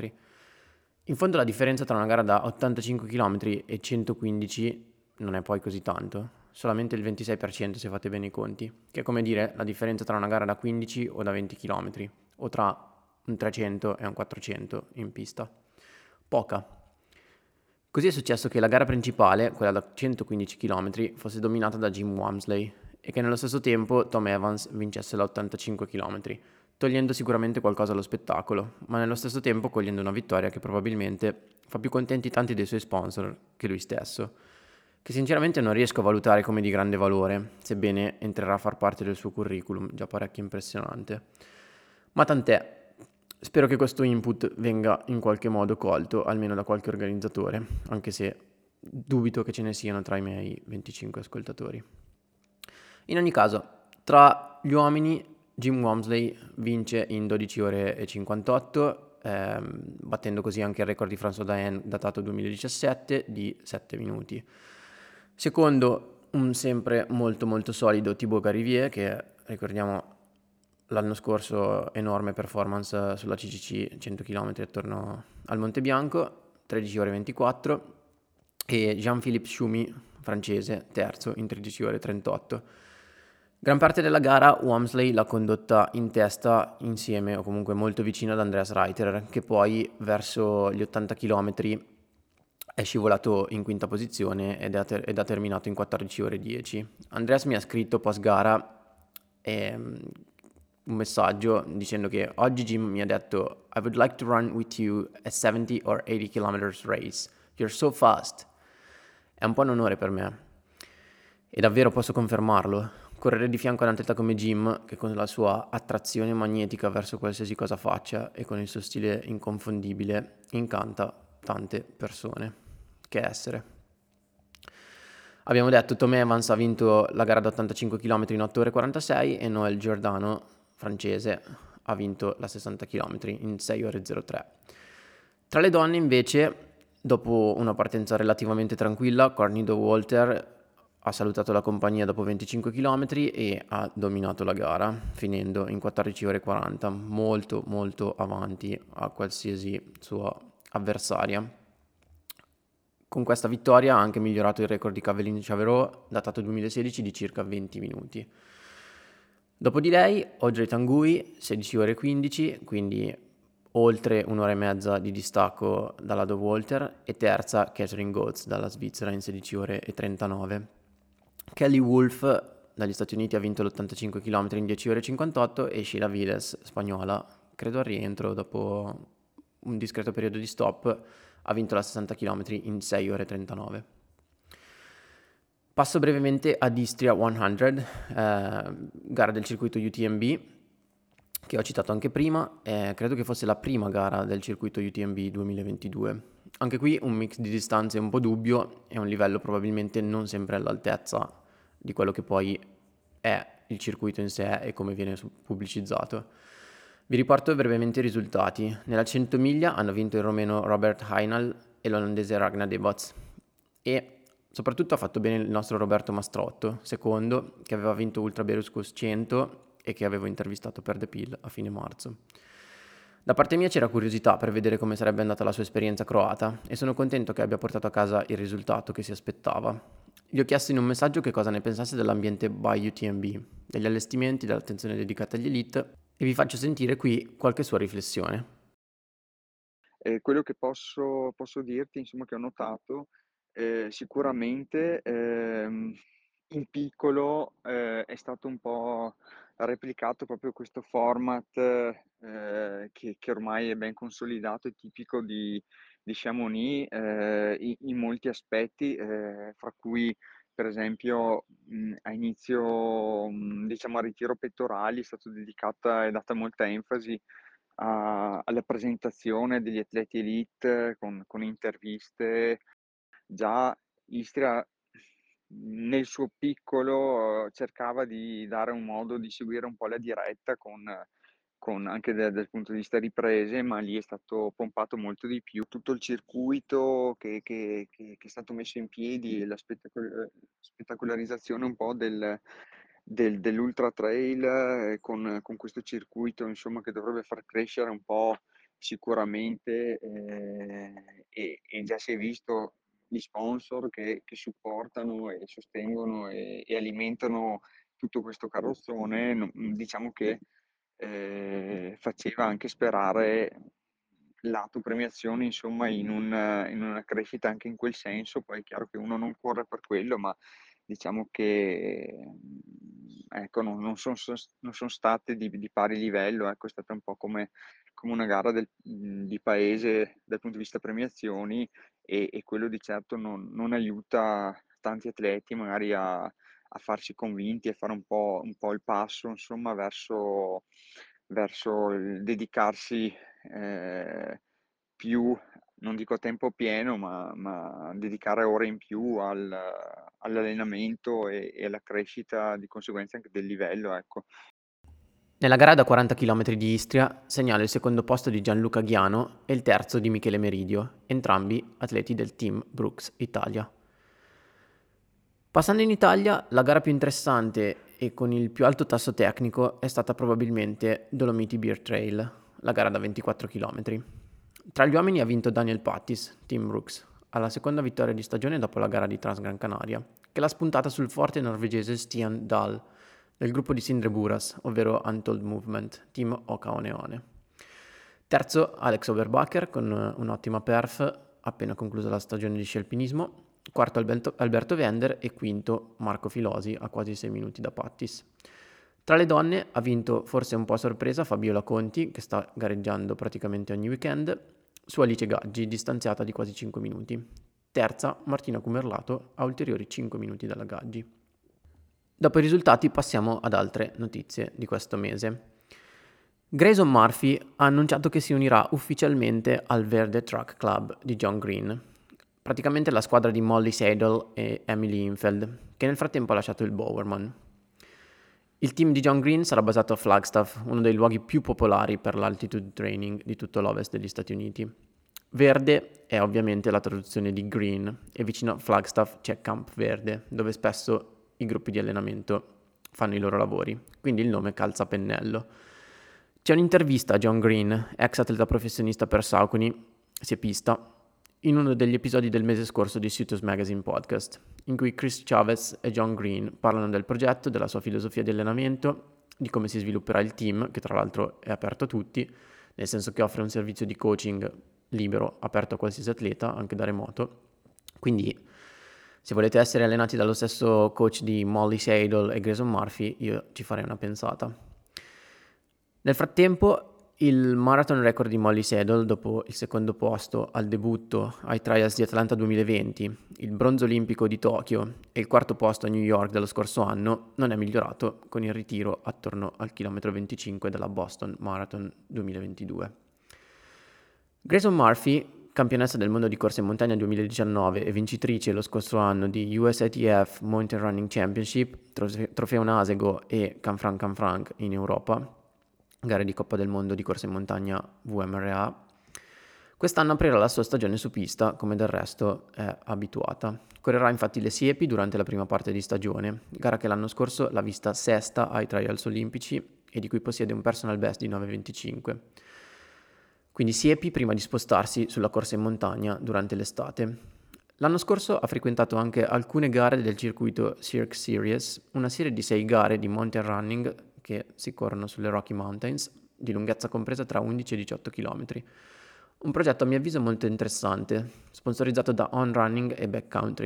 In fondo la differenza tra una gara da 85 km e 115 non è poi così tanto, solamente il 26% se fate bene i conti, che è come dire la differenza tra una gara da 15 o da 20 km, o tra un 300 e un 400 in pista. Poca. Così è successo che la gara principale, quella da 115 km, fosse dominata da Jim Walmsley e che nello stesso tempo Tom Evans vincesse la 85 km, togliendo sicuramente qualcosa allo spettacolo, ma nello stesso tempo cogliendo una vittoria che probabilmente fa più contenti tanti dei suoi sponsor che lui stesso, che sinceramente non riesco a valutare come di grande valore, sebbene entrerà a far parte del suo curriculum, già parecchio impressionante. Ma tant'è, spero che questo input venga in qualche modo colto, almeno da qualche organizzatore, anche se dubito che ce ne siano tra i miei 25 ascoltatori. In ogni caso, tra gli uomini, Jim Walmsley vince in 12 ore e 58, battendo così anche il record di François Daen datato 2017 di 7 minuti. Secondo, un sempre molto molto solido Thibaut Garivier, che ricordiamo l'anno scorso enorme performance sulla CCC 100 km attorno al Monte Bianco, 13 ore 24, e Jean-Philippe Schumi, francese, terzo in 13 ore 38. Gran parte della gara Walmsley l'ha condotta in testa insieme o comunque molto vicino ad Andreas Reiter, che poi verso gli 80 km è scivolato in quinta posizione ed ha terminato in 14 ore 10. Andreas mi ha scritto post gara un messaggio dicendo che oggi Jim mi ha detto I would like to run with you a 70 or 80 km race. You're so fast. È un po' un onore per me. E davvero posso confermarlo. Correre di fianco a un atleta come Jim, che con la sua attrazione magnetica verso qualsiasi cosa faccia e con il suo stile inconfondibile, incanta tante persone. Che essere. Abbiamo detto Tom Evans ha vinto la gara da 85 km in 8 ore 46 e Noel Giordano, francese, ha vinto la 60 km in 6 ore 03. Tra le donne invece, dopo una partenza relativamente tranquilla, Courtney Dauwalter ha salutato la compagnia dopo 25 km e ha dominato la gara, finendo in 14 ore 40, molto molto avanti a qualsiasi sua avversaria. Con questa vittoria ha anche migliorato il record di Caroline Chaverot, datato 2016, di circa 20 minuti. Dopo di lei, Audrey Tanguy, 16 ore 15, quindi oltre un'ora e mezza di distacco dalla Dauwalter, e terza Catherine Goetz dalla Svizzera in 16 ore e 39. Kelly Wolf dagli Stati Uniti ha vinto l'85 km in 10 ore e 58 e Sheila Viles, spagnola, credo al rientro dopo un discreto periodo di stop, ha vinto la 60 km in 6 ore e 39. Passo brevemente ad Istria 100, gara del circuito UTMB, che ho citato anche prima, credo che fosse la prima gara del circuito UTMB 2022. Anche qui un mix di distanze un po' dubbio e un livello probabilmente non sempre all'altezza di quello che poi è il circuito in sé e come viene pubblicizzato. Vi riporto brevemente i risultati. Nella 100 miglia hanno vinto il romeno Robert Heinal e l'olandese Ragnar Debats, e soprattutto ha fatto bene il nostro Roberto Mastrotto, secondo, che aveva vinto Ultra Beruscus 100 e che avevo intervistato per The Pill a fine marzo. Da parte mia c'era curiosità per vedere come sarebbe andata la sua esperienza croata e sono contento che abbia portato a casa il risultato che si aspettava. Gli ho chiesto in un messaggio che cosa ne pensasse dell'ambiente by UTMB, degli allestimenti, dell'attenzione dedicata agli elite, e vi faccio sentire qui qualche sua riflessione. Quello che posso dirti, insomma, che ho notato, sicuramente, in piccolo è stato un po' replicato proprio questo format che ormai è ben consolidato e tipico di Chamonix in molti aspetti, fra cui per esempio a inizio, diciamo a ritiro pettorali è stato dedicata e data molta enfasi alla presentazione degli atleti elite con interviste. Già Istria, nel suo piccolo, cercava di dare un modo di seguire un po' la diretta con anche dal punto di vista riprese, ma lì è stato pompato molto di più. Tutto il circuito che è stato messo in piedi e la spettacolarizzazione un po' dell'ultra trail, con questo circuito, insomma, che dovrebbe far crescere un po' sicuramente, e già si è visto gli sponsor che supportano e sostengono e alimentano tutto questo carrozzone, diciamo che faceva anche sperare lato premiazione, insomma, in una crescita anche in quel senso. Poi è chiaro che uno non corre per quello, ma diciamo che ecco, non son state di pari livello, ecco, è stata un po' come una gara di paese dal punto di vista premiazioni, e quello di certo non aiuta tanti atleti magari a farsi convinti e fare un po' il passo, insomma, verso il dedicarsi più, non dico a tempo pieno, ma dedicare ore in più all'allenamento e alla crescita di conseguenza anche del livello, ecco. Nella gara da 40 km di Istria segnala il secondo posto di Gianluca Ghiano e il terzo di Michele Meridio, entrambi atleti del team Brooks Italia. Passando in Italia, la gara più interessante e con il più alto tasso tecnico è stata probabilmente Dolomiti Beer Trail, la gara da 24 km. Tra gli uomini ha vinto Daniel Pattis, Team Brooks, alla seconda vittoria di stagione dopo la gara di Transgran Canaria, che l'ha spuntata sul forte norvegese Stian Dahl, del gruppo di Sindre Buras, ovvero Untold Movement, Team Oka-Oneone. Terzo Alex Oberbacher con un'ottima perf, appena conclusa la stagione di sci alpinismo. Quarto Alberto Vender e quinto Marco Filosi a quasi 6 minuti da Pattis. Tra le donne ha vinto, forse un po' a sorpresa, Fabiola Conti, che sta gareggiando praticamente ogni weekend, su Alice Gaggi, distanziata di quasi 5 minuti. Terza Martina Cumerlato, a ulteriori 5 minuti dalla Gaggi. Dopo i risultati passiamo ad altre notizie di questo mese. Grayson Murphy ha annunciato che si unirà ufficialmente al Verde Track Club di John Green, praticamente la squadra di Molly Seidel e Emily Infeld, che nel frattempo ha lasciato il Bowerman. Il team di John Green sarà basato a Flagstaff, uno dei luoghi più popolari per l'altitude training di tutto l'ovest degli Stati Uniti. Verde è ovviamente la traduzione di Green e vicino a Flagstaff c'è Camp Verde, dove spesso i gruppi di allenamento fanno i loro lavori, quindi il nome calza a pennello. C'è un'intervista a John Green, ex atleta professionista per Saucony, siepista, in uno degli episodi del mese scorso di Suitors Magazine Podcast, in cui Chris Chavez e John Green parlano del progetto, della sua filosofia di allenamento, di come si svilupperà il team, che tra l'altro è aperto a tutti, nel senso che offre un servizio di coaching libero, aperto a qualsiasi atleta, anche da remoto. Quindi, se volete essere allenati dallo stesso coach di Molly Seidel e Grayson Murphy, io ci farei una pensata. Nel frattempo, il marathon record di Molly Seidel, dopo il secondo posto al debutto ai Trials di Atlanta 2020, il bronzo olimpico di Tokyo e il quarto posto a New York dello scorso anno, non è migliorato con il ritiro attorno al chilometro 25 della Boston Marathon 2022. Grayson Murphy, campionessa del mondo di corsa in montagna 2019 e vincitrice lo scorso anno di USATF Mountain Running Championship, Trofeo Nasego e Canfranc in Europa, gare di Coppa del Mondo di corsa in montagna VMRA, quest'anno aprirà la sua stagione su pista, come del resto è abituata. Correrà infatti le Siepi durante la prima parte di stagione, gara che l'anno scorso l'ha vista sesta ai Trials Olimpici e di cui possiede un personal best di 9,25. Quindi Siepi prima di spostarsi sulla corsa in montagna durante l'estate. L'anno scorso ha frequentato anche alcune gare del circuito Cirque Series, una serie di 6 gare di mountain running che si corrono sulle Rocky Mountains, di lunghezza compresa tra 11 e 18 km. Un progetto a mio avviso molto interessante, sponsorizzato da On Running e Backcountry,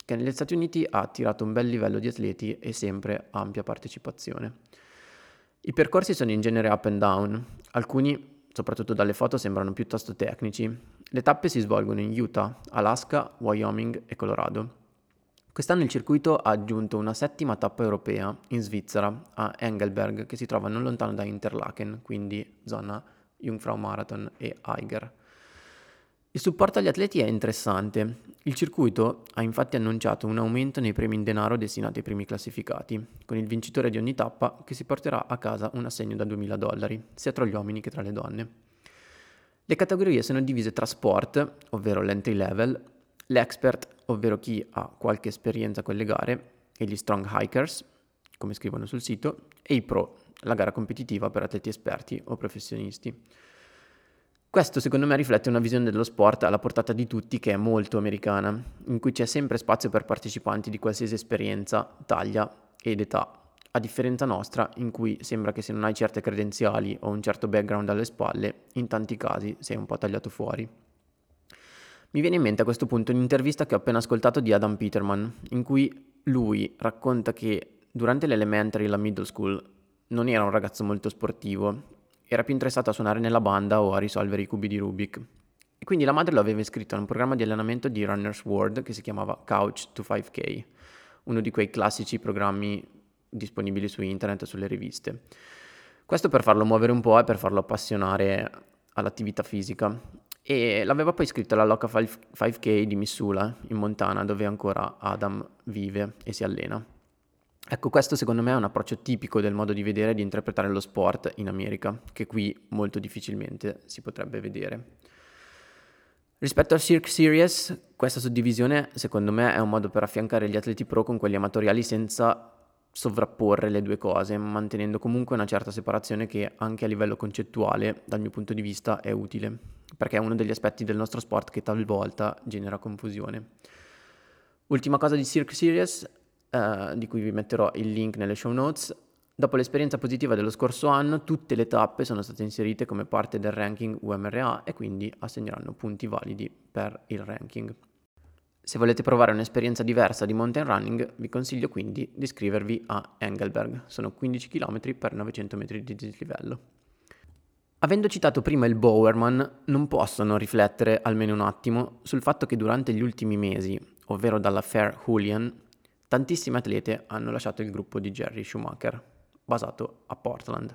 che negli Stati Uniti ha attirato un bel livello di atleti e sempre ampia partecipazione. I percorsi sono in genere up and down, alcuni, soprattutto dalle foto, sembrano piuttosto tecnici. Le tappe si svolgono in Utah, Alaska, Wyoming e Colorado. Quest'anno il circuito ha aggiunto una 7ª tappa europea in Svizzera, a Engelberg, che si trova non lontano da Interlaken, quindi zona Jungfrau Marathon e Eiger. Il supporto agli atleti è interessante. Il circuito ha infatti annunciato un aumento nei premi in denaro destinati ai primi classificati, con il vincitore di ogni tappa che si porterà a casa un assegno da $2.000, sia tra gli uomini che tra le donne. Le categorie sono divise tra sport, ovvero l'entry level, l'expert, ovvero chi ha qualche esperienza con le gare, e gli strong hikers, come scrivono sul sito, e i pro, la gara competitiva per atleti esperti o professionisti. Questo secondo me riflette una visione dello sport alla portata di tutti che è molto americana, in cui c'è sempre spazio per partecipanti di qualsiasi esperienza, taglia ed età, a differenza nostra in cui sembra che se non hai certe credenziali o un certo background alle spalle, in tanti casi sei un po' tagliato fuori. Mi viene in mente a questo punto un'intervista che ho appena ascoltato di Adam Peterman, in cui lui racconta che durante l'elementary e la middle school non era un ragazzo molto sportivo, era più interessato a suonare nella banda o a risolvere i cubi di Rubik. E quindi la madre lo aveva iscritto a un programma di allenamento di Runner's World che si chiamava Couch to 5K, uno di quei classici programmi disponibili su internet e sulle riviste. Questo per farlo muovere un po' e per farlo appassionare all'attività fisica. E l'aveva poi iscritto alla Loca 5K di Missoula, in Montana, dove ancora Adam vive e si allena. Ecco, questo secondo me è un approccio tipico del modo di vedere e di interpretare lo sport in America, che qui molto difficilmente si potrebbe vedere. Rispetto al Cirque Series, questa suddivisione secondo me è un modo per affiancare gli atleti pro con quelli amatoriali senza sovrapporre le due cose, mantenendo comunque una certa separazione che anche a livello concettuale, dal mio punto di vista, è utile, perché è uno degli aspetti del nostro sport che talvolta genera confusione. Ultima cosa di Cirque Series, di cui vi metterò il link nelle show notes. Dopo l'esperienza positiva dello scorso anno, tutte le tappe sono state inserite come parte del ranking UMRA e quindi assegneranno punti validi per il ranking. Se volete provare un'esperienza diversa di mountain running, vi consiglio quindi di iscrivervi a Engelberg. Sono 15 km per 900 metri di dislivello. Avendo citato prima il Bowerman, non posso non riflettere almeno un attimo sul fatto che durante gli ultimi mesi, ovvero dalla Fair Julian, tantissime atlete hanno lasciato il gruppo di Jerry Schumacher, basato a Portland.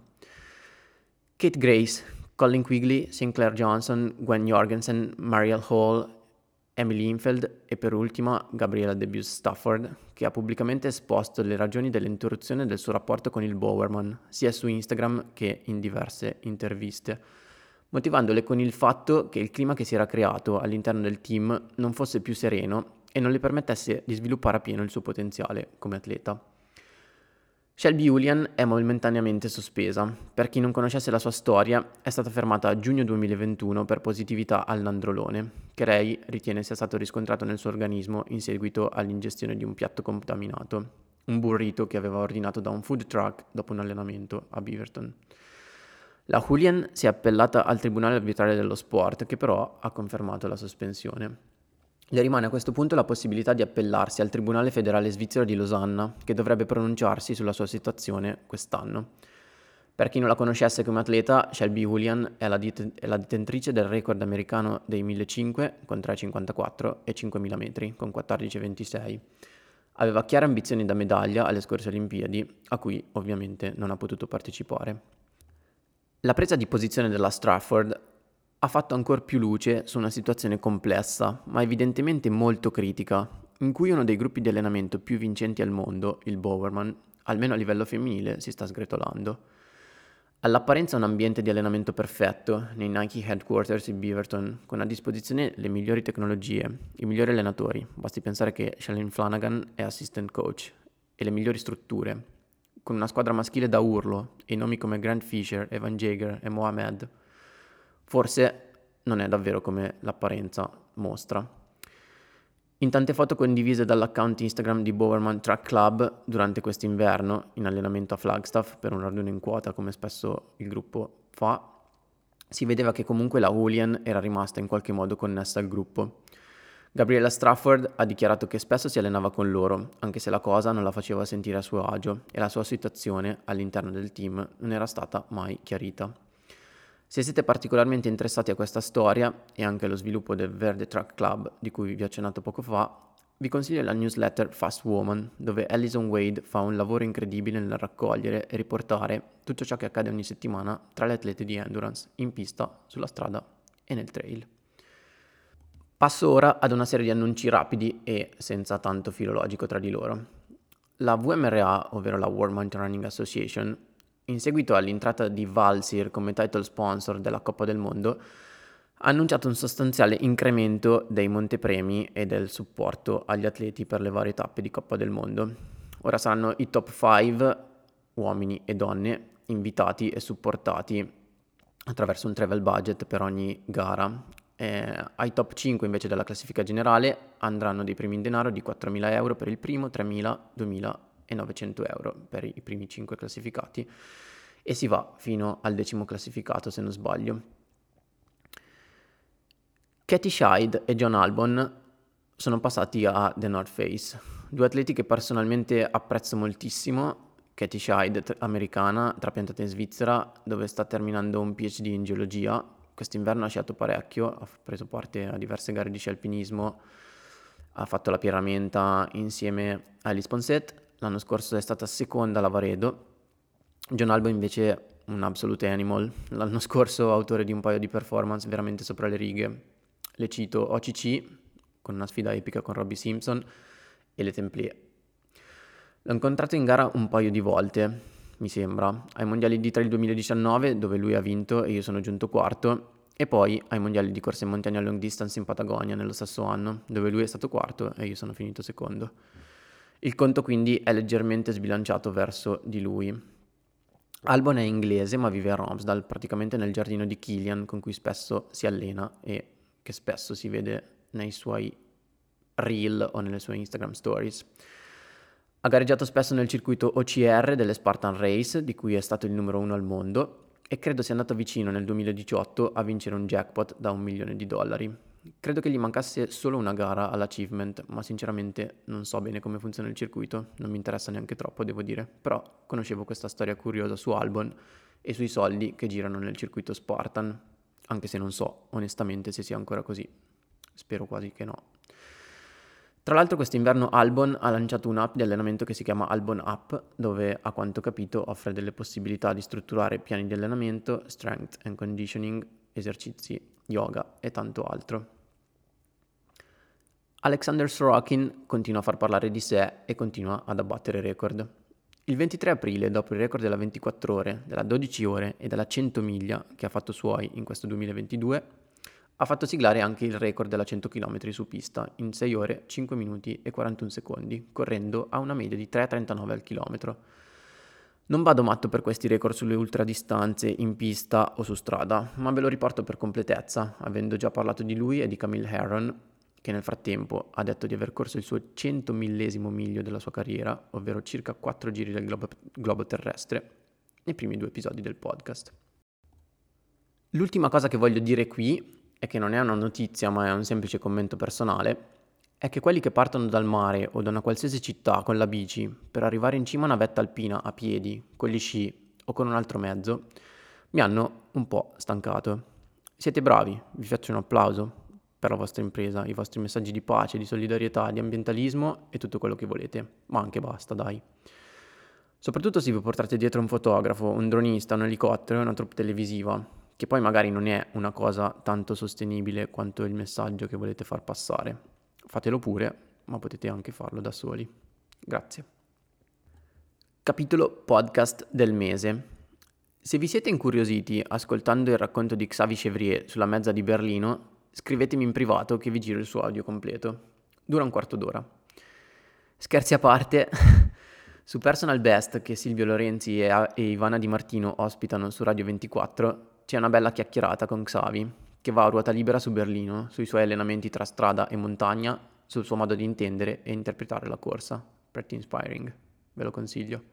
Kate Grace, Colin Quigley, Sinclair Johnson, Gwen Jorgensen, Marielle Hall, Emily Infeld e per ultima Gabriella Debus-Stafford, che ha pubblicamente esposto le ragioni dell'interruzione del suo rapporto con il Bowerman, sia su Instagram che in diverse interviste, motivandole con il fatto che il clima che si era creato all'interno del team non fosse più sereno e non le permettesse di sviluppare appieno il suo potenziale come atleta. Shelby Julian è momentaneamente sospesa. Per chi non conoscesse la sua storia, è stata fermata a giugno 2021 per positività al nandrolone, che lei ritiene sia stato riscontrato nel suo organismo in seguito all'ingestione di un piatto contaminato, un burrito che aveva ordinato da un food truck dopo un allenamento a Beaverton. La Julian si è appellata al Tribunale Arbitrale dello Sport, che però ha confermato la sospensione. Le rimane a questo punto la possibilità di appellarsi al Tribunale Federale Svizzero di Losanna, che dovrebbe pronunciarsi sulla sua situazione quest'anno. Per chi non la conoscesse come atleta, Shelby Julian è la detentrice del record americano dei 1500 con 3,54 e 5000 metri con 14,26. Aveva chiare ambizioni da medaglia alle scorse Olimpiadi, a cui ovviamente non ha potuto partecipare. La presa di posizione della Strafford ha fatto ancora più luce su una situazione complessa, ma evidentemente molto critica, in cui uno dei gruppi di allenamento più vincenti al mondo, il Bowerman, almeno a livello femminile, si sta sgretolando. All'apparenza un ambiente di allenamento perfetto, nei Nike Headquarters in Beaverton, con a disposizione le migliori tecnologie, i migliori allenatori, basti pensare che Shalane Flanagan è assistant coach, e le migliori strutture, con una squadra maschile da urlo, e nomi come Grant Fisher, Evan Jaeger e Mohamed. Forse non è davvero come l'apparenza mostra. In tante foto condivise dall'account Instagram di Bowerman Track Club durante quest'inverno, in allenamento a Flagstaff per un raduno in quota come spesso il gruppo fa, si vedeva che comunque la Julian era rimasta in qualche modo connessa al gruppo. Gabriella Strafford ha dichiarato che spesso si allenava con loro, anche se la cosa non la faceva sentire a suo agio e la sua situazione all'interno del team non era stata mai chiarita. Se siete particolarmente interessati a questa storia e anche allo sviluppo del Verde Track Club, di cui vi ho accennato poco fa, vi consiglio la newsletter Fast Woman, dove Alison Wade fa un lavoro incredibile nel raccogliere e riportare tutto ciò che accade ogni settimana tra le atlete di endurance, in pista, sulla strada e nel trail. Passo ora ad una serie di annunci rapidi e senza tanto filo logico tra di loro. La WMRA, ovvero la World Mountain Running Association, in seguito all'entrata di Valsir come title sponsor della Coppa del Mondo, ha annunciato un sostanziale incremento dei montepremi e del supporto agli atleti per le varie tappe di Coppa del Mondo. Ora saranno i top 5, uomini e donne, invitati e supportati attraverso un travel budget per ogni gara. Ai top 5 invece della classifica generale andranno dei premi in denaro di 4.000 euro per il primo, 3.000, 2.000 e 900 euro per i primi 5 classificati e si va fino al 10° classificato se non sbaglio. Katie Scheid e John Albon sono passati a The North Face, due atleti che personalmente apprezzo moltissimo. Katie Scheid, americana, trapiantata in Svizzera, dove sta terminando un PhD in geologia. Quest'inverno ha sciato parecchio, ha preso parte a diverse gare di sci alpinismo, ha fatto la Pierramenta insieme a Alice Ponset. L'anno scorso è stata seconda alla Varedo. John Albon invece un absolute animal, l'anno scorso autore di un paio di performance veramente sopra le righe. Le cito OCC, con una sfida epica con Robbie Simpson, e le Templiers. L'ho incontrato in gara un paio di volte, mi sembra, ai mondiali di trail 2019 dove lui ha vinto e io sono giunto quarto, e poi ai mondiali di corsa in montagna long distance in Patagonia nello stesso anno, dove lui è stato quarto e io sono finito secondo. Il conto quindi è leggermente sbilanciato verso di lui. Albon è inglese ma vive a Romsdal, praticamente nel giardino di Kilian, con cui spesso si allena e che spesso si vede nei suoi reel o nelle sue Instagram stories. Ha gareggiato spesso nel circuito OCR delle Spartan Race, di cui è stato il numero 1 al mondo, e credo sia andato vicino nel 2018 a vincere un jackpot da $1 milione. Credo che gli mancasse solo una gara all'achievement, ma sinceramente non so bene come funziona il circuito, non mi interessa neanche troppo, devo dire, però conoscevo questa storia curiosa su Albon e sui soldi che girano nel circuito Spartan, anche se non so onestamente se sia ancora così, spero quasi che no. Tra l'altro quest'inverno Albon ha lanciato un'app di allenamento che si chiama Albon App, dove a quanto capito offre delle possibilità di strutturare piani di allenamento, strength and conditioning, esercizi, yoga e tanto altro. Alexander Sorokin continua a far parlare di sé e continua ad abbattere record. Il 23 aprile, dopo il record della 24 ore, della 12 ore e della 100 miglia che ha fatto suoi in questo 2022, ha fatto siglare anche il record della 100 km su pista in 6 ore, 5 minuti e 41 secondi, correndo a una media di 3,39 al chilometro. Non vado matto per questi record sulle ultradistanze in pista o su strada, ma ve lo riporto per completezza, avendo già parlato di lui e di Camille Herron, che nel frattempo ha detto di aver corso il suo 100.000° miglio della sua carriera, ovvero circa 4 giri del globo terrestre, nei primi 2 episodi del podcast. L'ultima cosa che voglio dire qui, e che non è una notizia ma è un semplice commento personale, è che quelli che partono dal mare o da una qualsiasi città con la bici per arrivare in cima a una vetta alpina a piedi, con gli sci o con un altro mezzo, mi hanno un po' stancato. Siete bravi, vi faccio un applauso per la vostra impresa, i vostri messaggi di pace, di solidarietà, di ambientalismo e tutto quello che volete, ma anche basta, dai. Soprattutto se vi portate dietro un fotografo, un dronista, un elicottero e una troupe televisiva, che poi magari non è una cosa tanto sostenibile quanto il messaggio che volete far passare. Fatelo pure, ma potete anche farlo da soli. Grazie. Capitolo podcast del mese. Se vi siete incuriositi ascoltando il racconto di Xavi Chevrier sulla mezza di Berlino, scrivetemi in privato che vi giro il suo audio completo. Dura un quarto d'ora. Scherzi a parte, su Personal Best che Silvio Lorenzi e Ivana Di Martino ospitano su Radio 24, c'è una bella chiacchierata con Xavi, che va a ruota libera su Berlino, sui suoi allenamenti tra strada e montagna, sul suo modo di intendere e interpretare la corsa. Pretty inspiring, ve lo consiglio.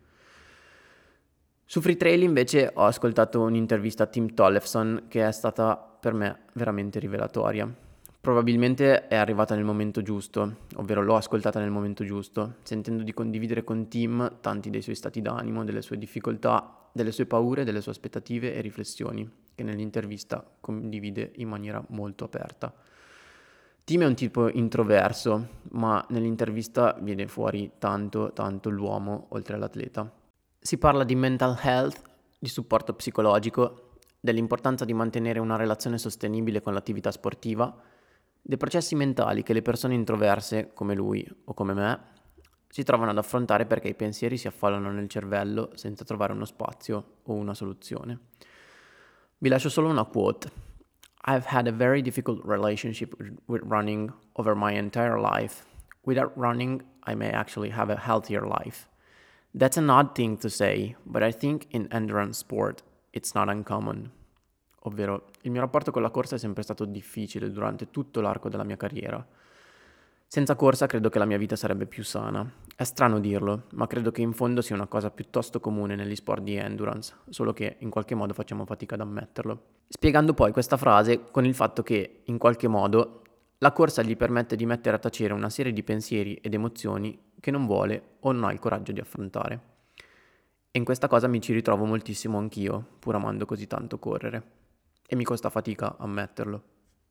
Su Free Trail invece ho ascoltato un'intervista a Tim Tollefson che è stata per me veramente rivelatoria. Probabilmente è arrivata nel momento giusto, ovvero l'ho ascoltata nel momento giusto, sentendo di condividere con Tim tanti dei suoi stati d'animo, delle sue difficoltà, delle sue paure, delle sue aspettative e riflessioni, che nell'intervista condivide in maniera molto aperta. Tim è un tipo introverso, ma nell'intervista viene fuori tanto l'uomo oltre all'atleta. Si parla di mental health, di supporto psicologico, dell'importanza di mantenere una relazione sostenibile con l'attività sportiva, dei processi mentali che le persone introverse, come lui o come me, si trovano ad affrontare perché i pensieri si affollano nel cervello senza trovare uno spazio o una soluzione. Vi lascio solo una quote. I've had a very difficult relationship with running over my entire life. Without running, I may actually have a healthier life. That's an odd thing to say, but I think in endurance sport it's not uncommon. Ovvero, il mio rapporto con la corsa è sempre stato difficile durante tutto l'arco della mia carriera. Senza corsa credo che la mia vita sarebbe più sana. È strano dirlo, ma credo che in fondo sia una cosa piuttosto comune negli sport di endurance, solo che in qualche modo facciamo fatica ad ammetterlo. Spiegando poi questa frase con il fatto che, in qualche modo, la corsa gli permette di mettere a tacere una serie di pensieri ed emozioni che non vuole o non ha il coraggio di affrontare. E in questa cosa mi ci ritrovo moltissimo anch'io, pur amando così tanto correre. E mi costa fatica ammetterlo.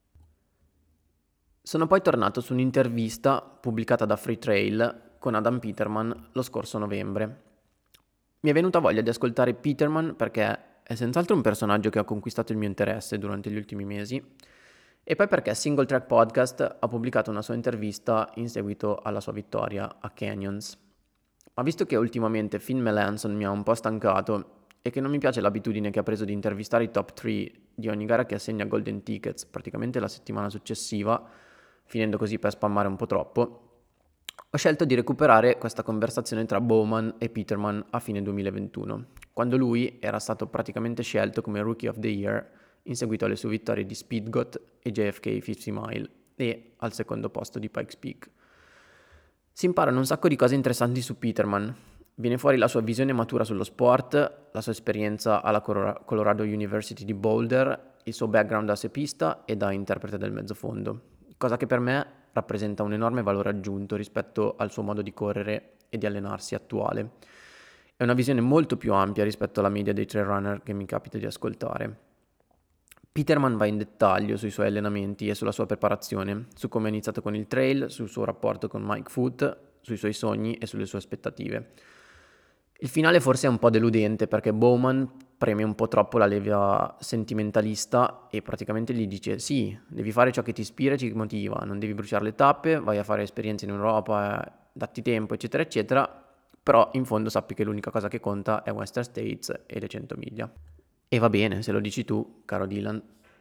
Sono poi tornato su un'intervista pubblicata da Free Trail con Adam Peterman lo scorso novembre. Mi è venuta voglia di ascoltare Peterman perché è senz'altro un personaggio che ha conquistato il mio interesse durante gli ultimi mesi e poi perché Single Track Podcast ha pubblicato una sua intervista in seguito alla sua vittoria a Canyons. Ma visto che ultimamente Finn Melanson mi ha un po' stancato e che non mi piace l'abitudine che ha preso di intervistare i top 3 di ogni gara che assegna Golden Tickets praticamente la settimana successiva, finendo così per spammare un po' troppo, ho scelto di recuperare questa conversazione tra Bowman e Peterman a fine 2021, quando lui era stato praticamente scelto come Rookie of the Year in seguito alle sue vittorie di Speedgoat e JFK 50 Mile e al secondo posto di Pikes Peak. Si imparano un sacco di cose interessanti su Peterman. Viene fuori la sua visione matura sullo sport, la sua esperienza alla Colorado University di Boulder, il suo background da sepista e da interprete del mezzofondo, cosa che per me rappresenta un enorme valore aggiunto rispetto al suo modo di correre e di allenarsi attuale. È una visione molto più ampia rispetto alla media dei trail runner che mi capita di ascoltare. Peterman va in dettaglio sui suoi allenamenti e sulla sua preparazione, su come ha iniziato con il trail, sul suo rapporto con Mike Foot, sui suoi sogni e sulle sue aspettative. Il finale forse è un po' deludente perché Bowman preme un po' troppo la leva sentimentalista e praticamente gli dice sì, devi fare ciò che ti ispira e ci motiva, non devi bruciare le tappe, vai a fare esperienze in Europa, datti tempo eccetera eccetera, però in fondo sappi che l'unica cosa che conta è Western States e le 100 miglia. E va bene, se lo dici tu, caro Dylan.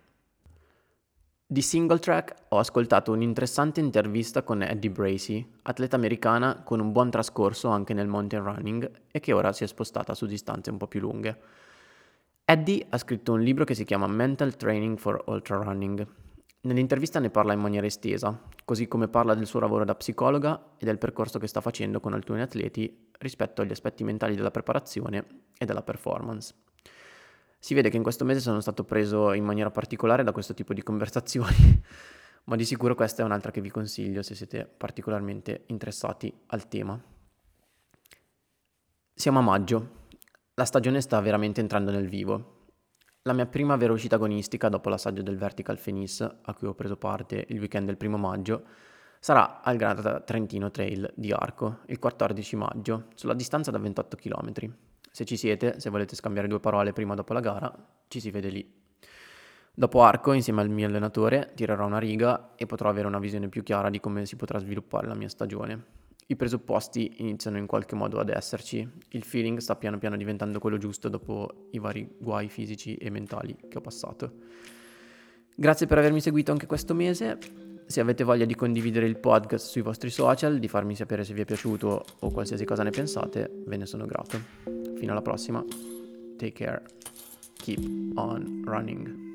Di Single Track ho ascoltato un'interessante intervista con Eddie Bracey, atleta americana con un buon trascorso anche nel mountain running e che ora si è spostata su distanze un po' più lunghe. Eddie ha scritto un libro che si chiama Mental Training for Ultra Running. Nell'intervista ne parla in maniera estesa, così come parla del suo lavoro da psicologa e del percorso che sta facendo con alcuni atleti rispetto agli aspetti mentali della preparazione e della performance. Si vede che in questo mese sono stato preso in maniera particolare da questo tipo di conversazioni, ma di sicuro questa è un'altra che vi consiglio se siete particolarmente interessati al tema. Siamo a maggio, la stagione sta veramente entrando nel vivo. La mia prima vera uscita agonistica dopo l'assaggio del Vertical Fenice, a cui ho preso parte il weekend del 1 maggio, sarà al Grada Trentino Trail di Arco, il 14 maggio, sulla distanza da 28 km. Se ci siete, se volete scambiare 2 parole prima o dopo la gara, ci si vede lì. Dopo Arco, insieme al mio allenatore, tirerò una riga e potrò avere una visione più chiara di come si potrà sviluppare la mia stagione. I presupposti iniziano in qualche modo ad esserci, il feeling sta piano piano diventando quello giusto dopo i vari guai fisici e mentali che ho passato. Grazie per avermi seguito anche questo mese. Se avete voglia di condividere il podcast sui vostri social, di farmi sapere se vi è piaciuto o qualsiasi cosa ne pensate, ve ne sono grato. Fino alla prossima, take care, keep on running.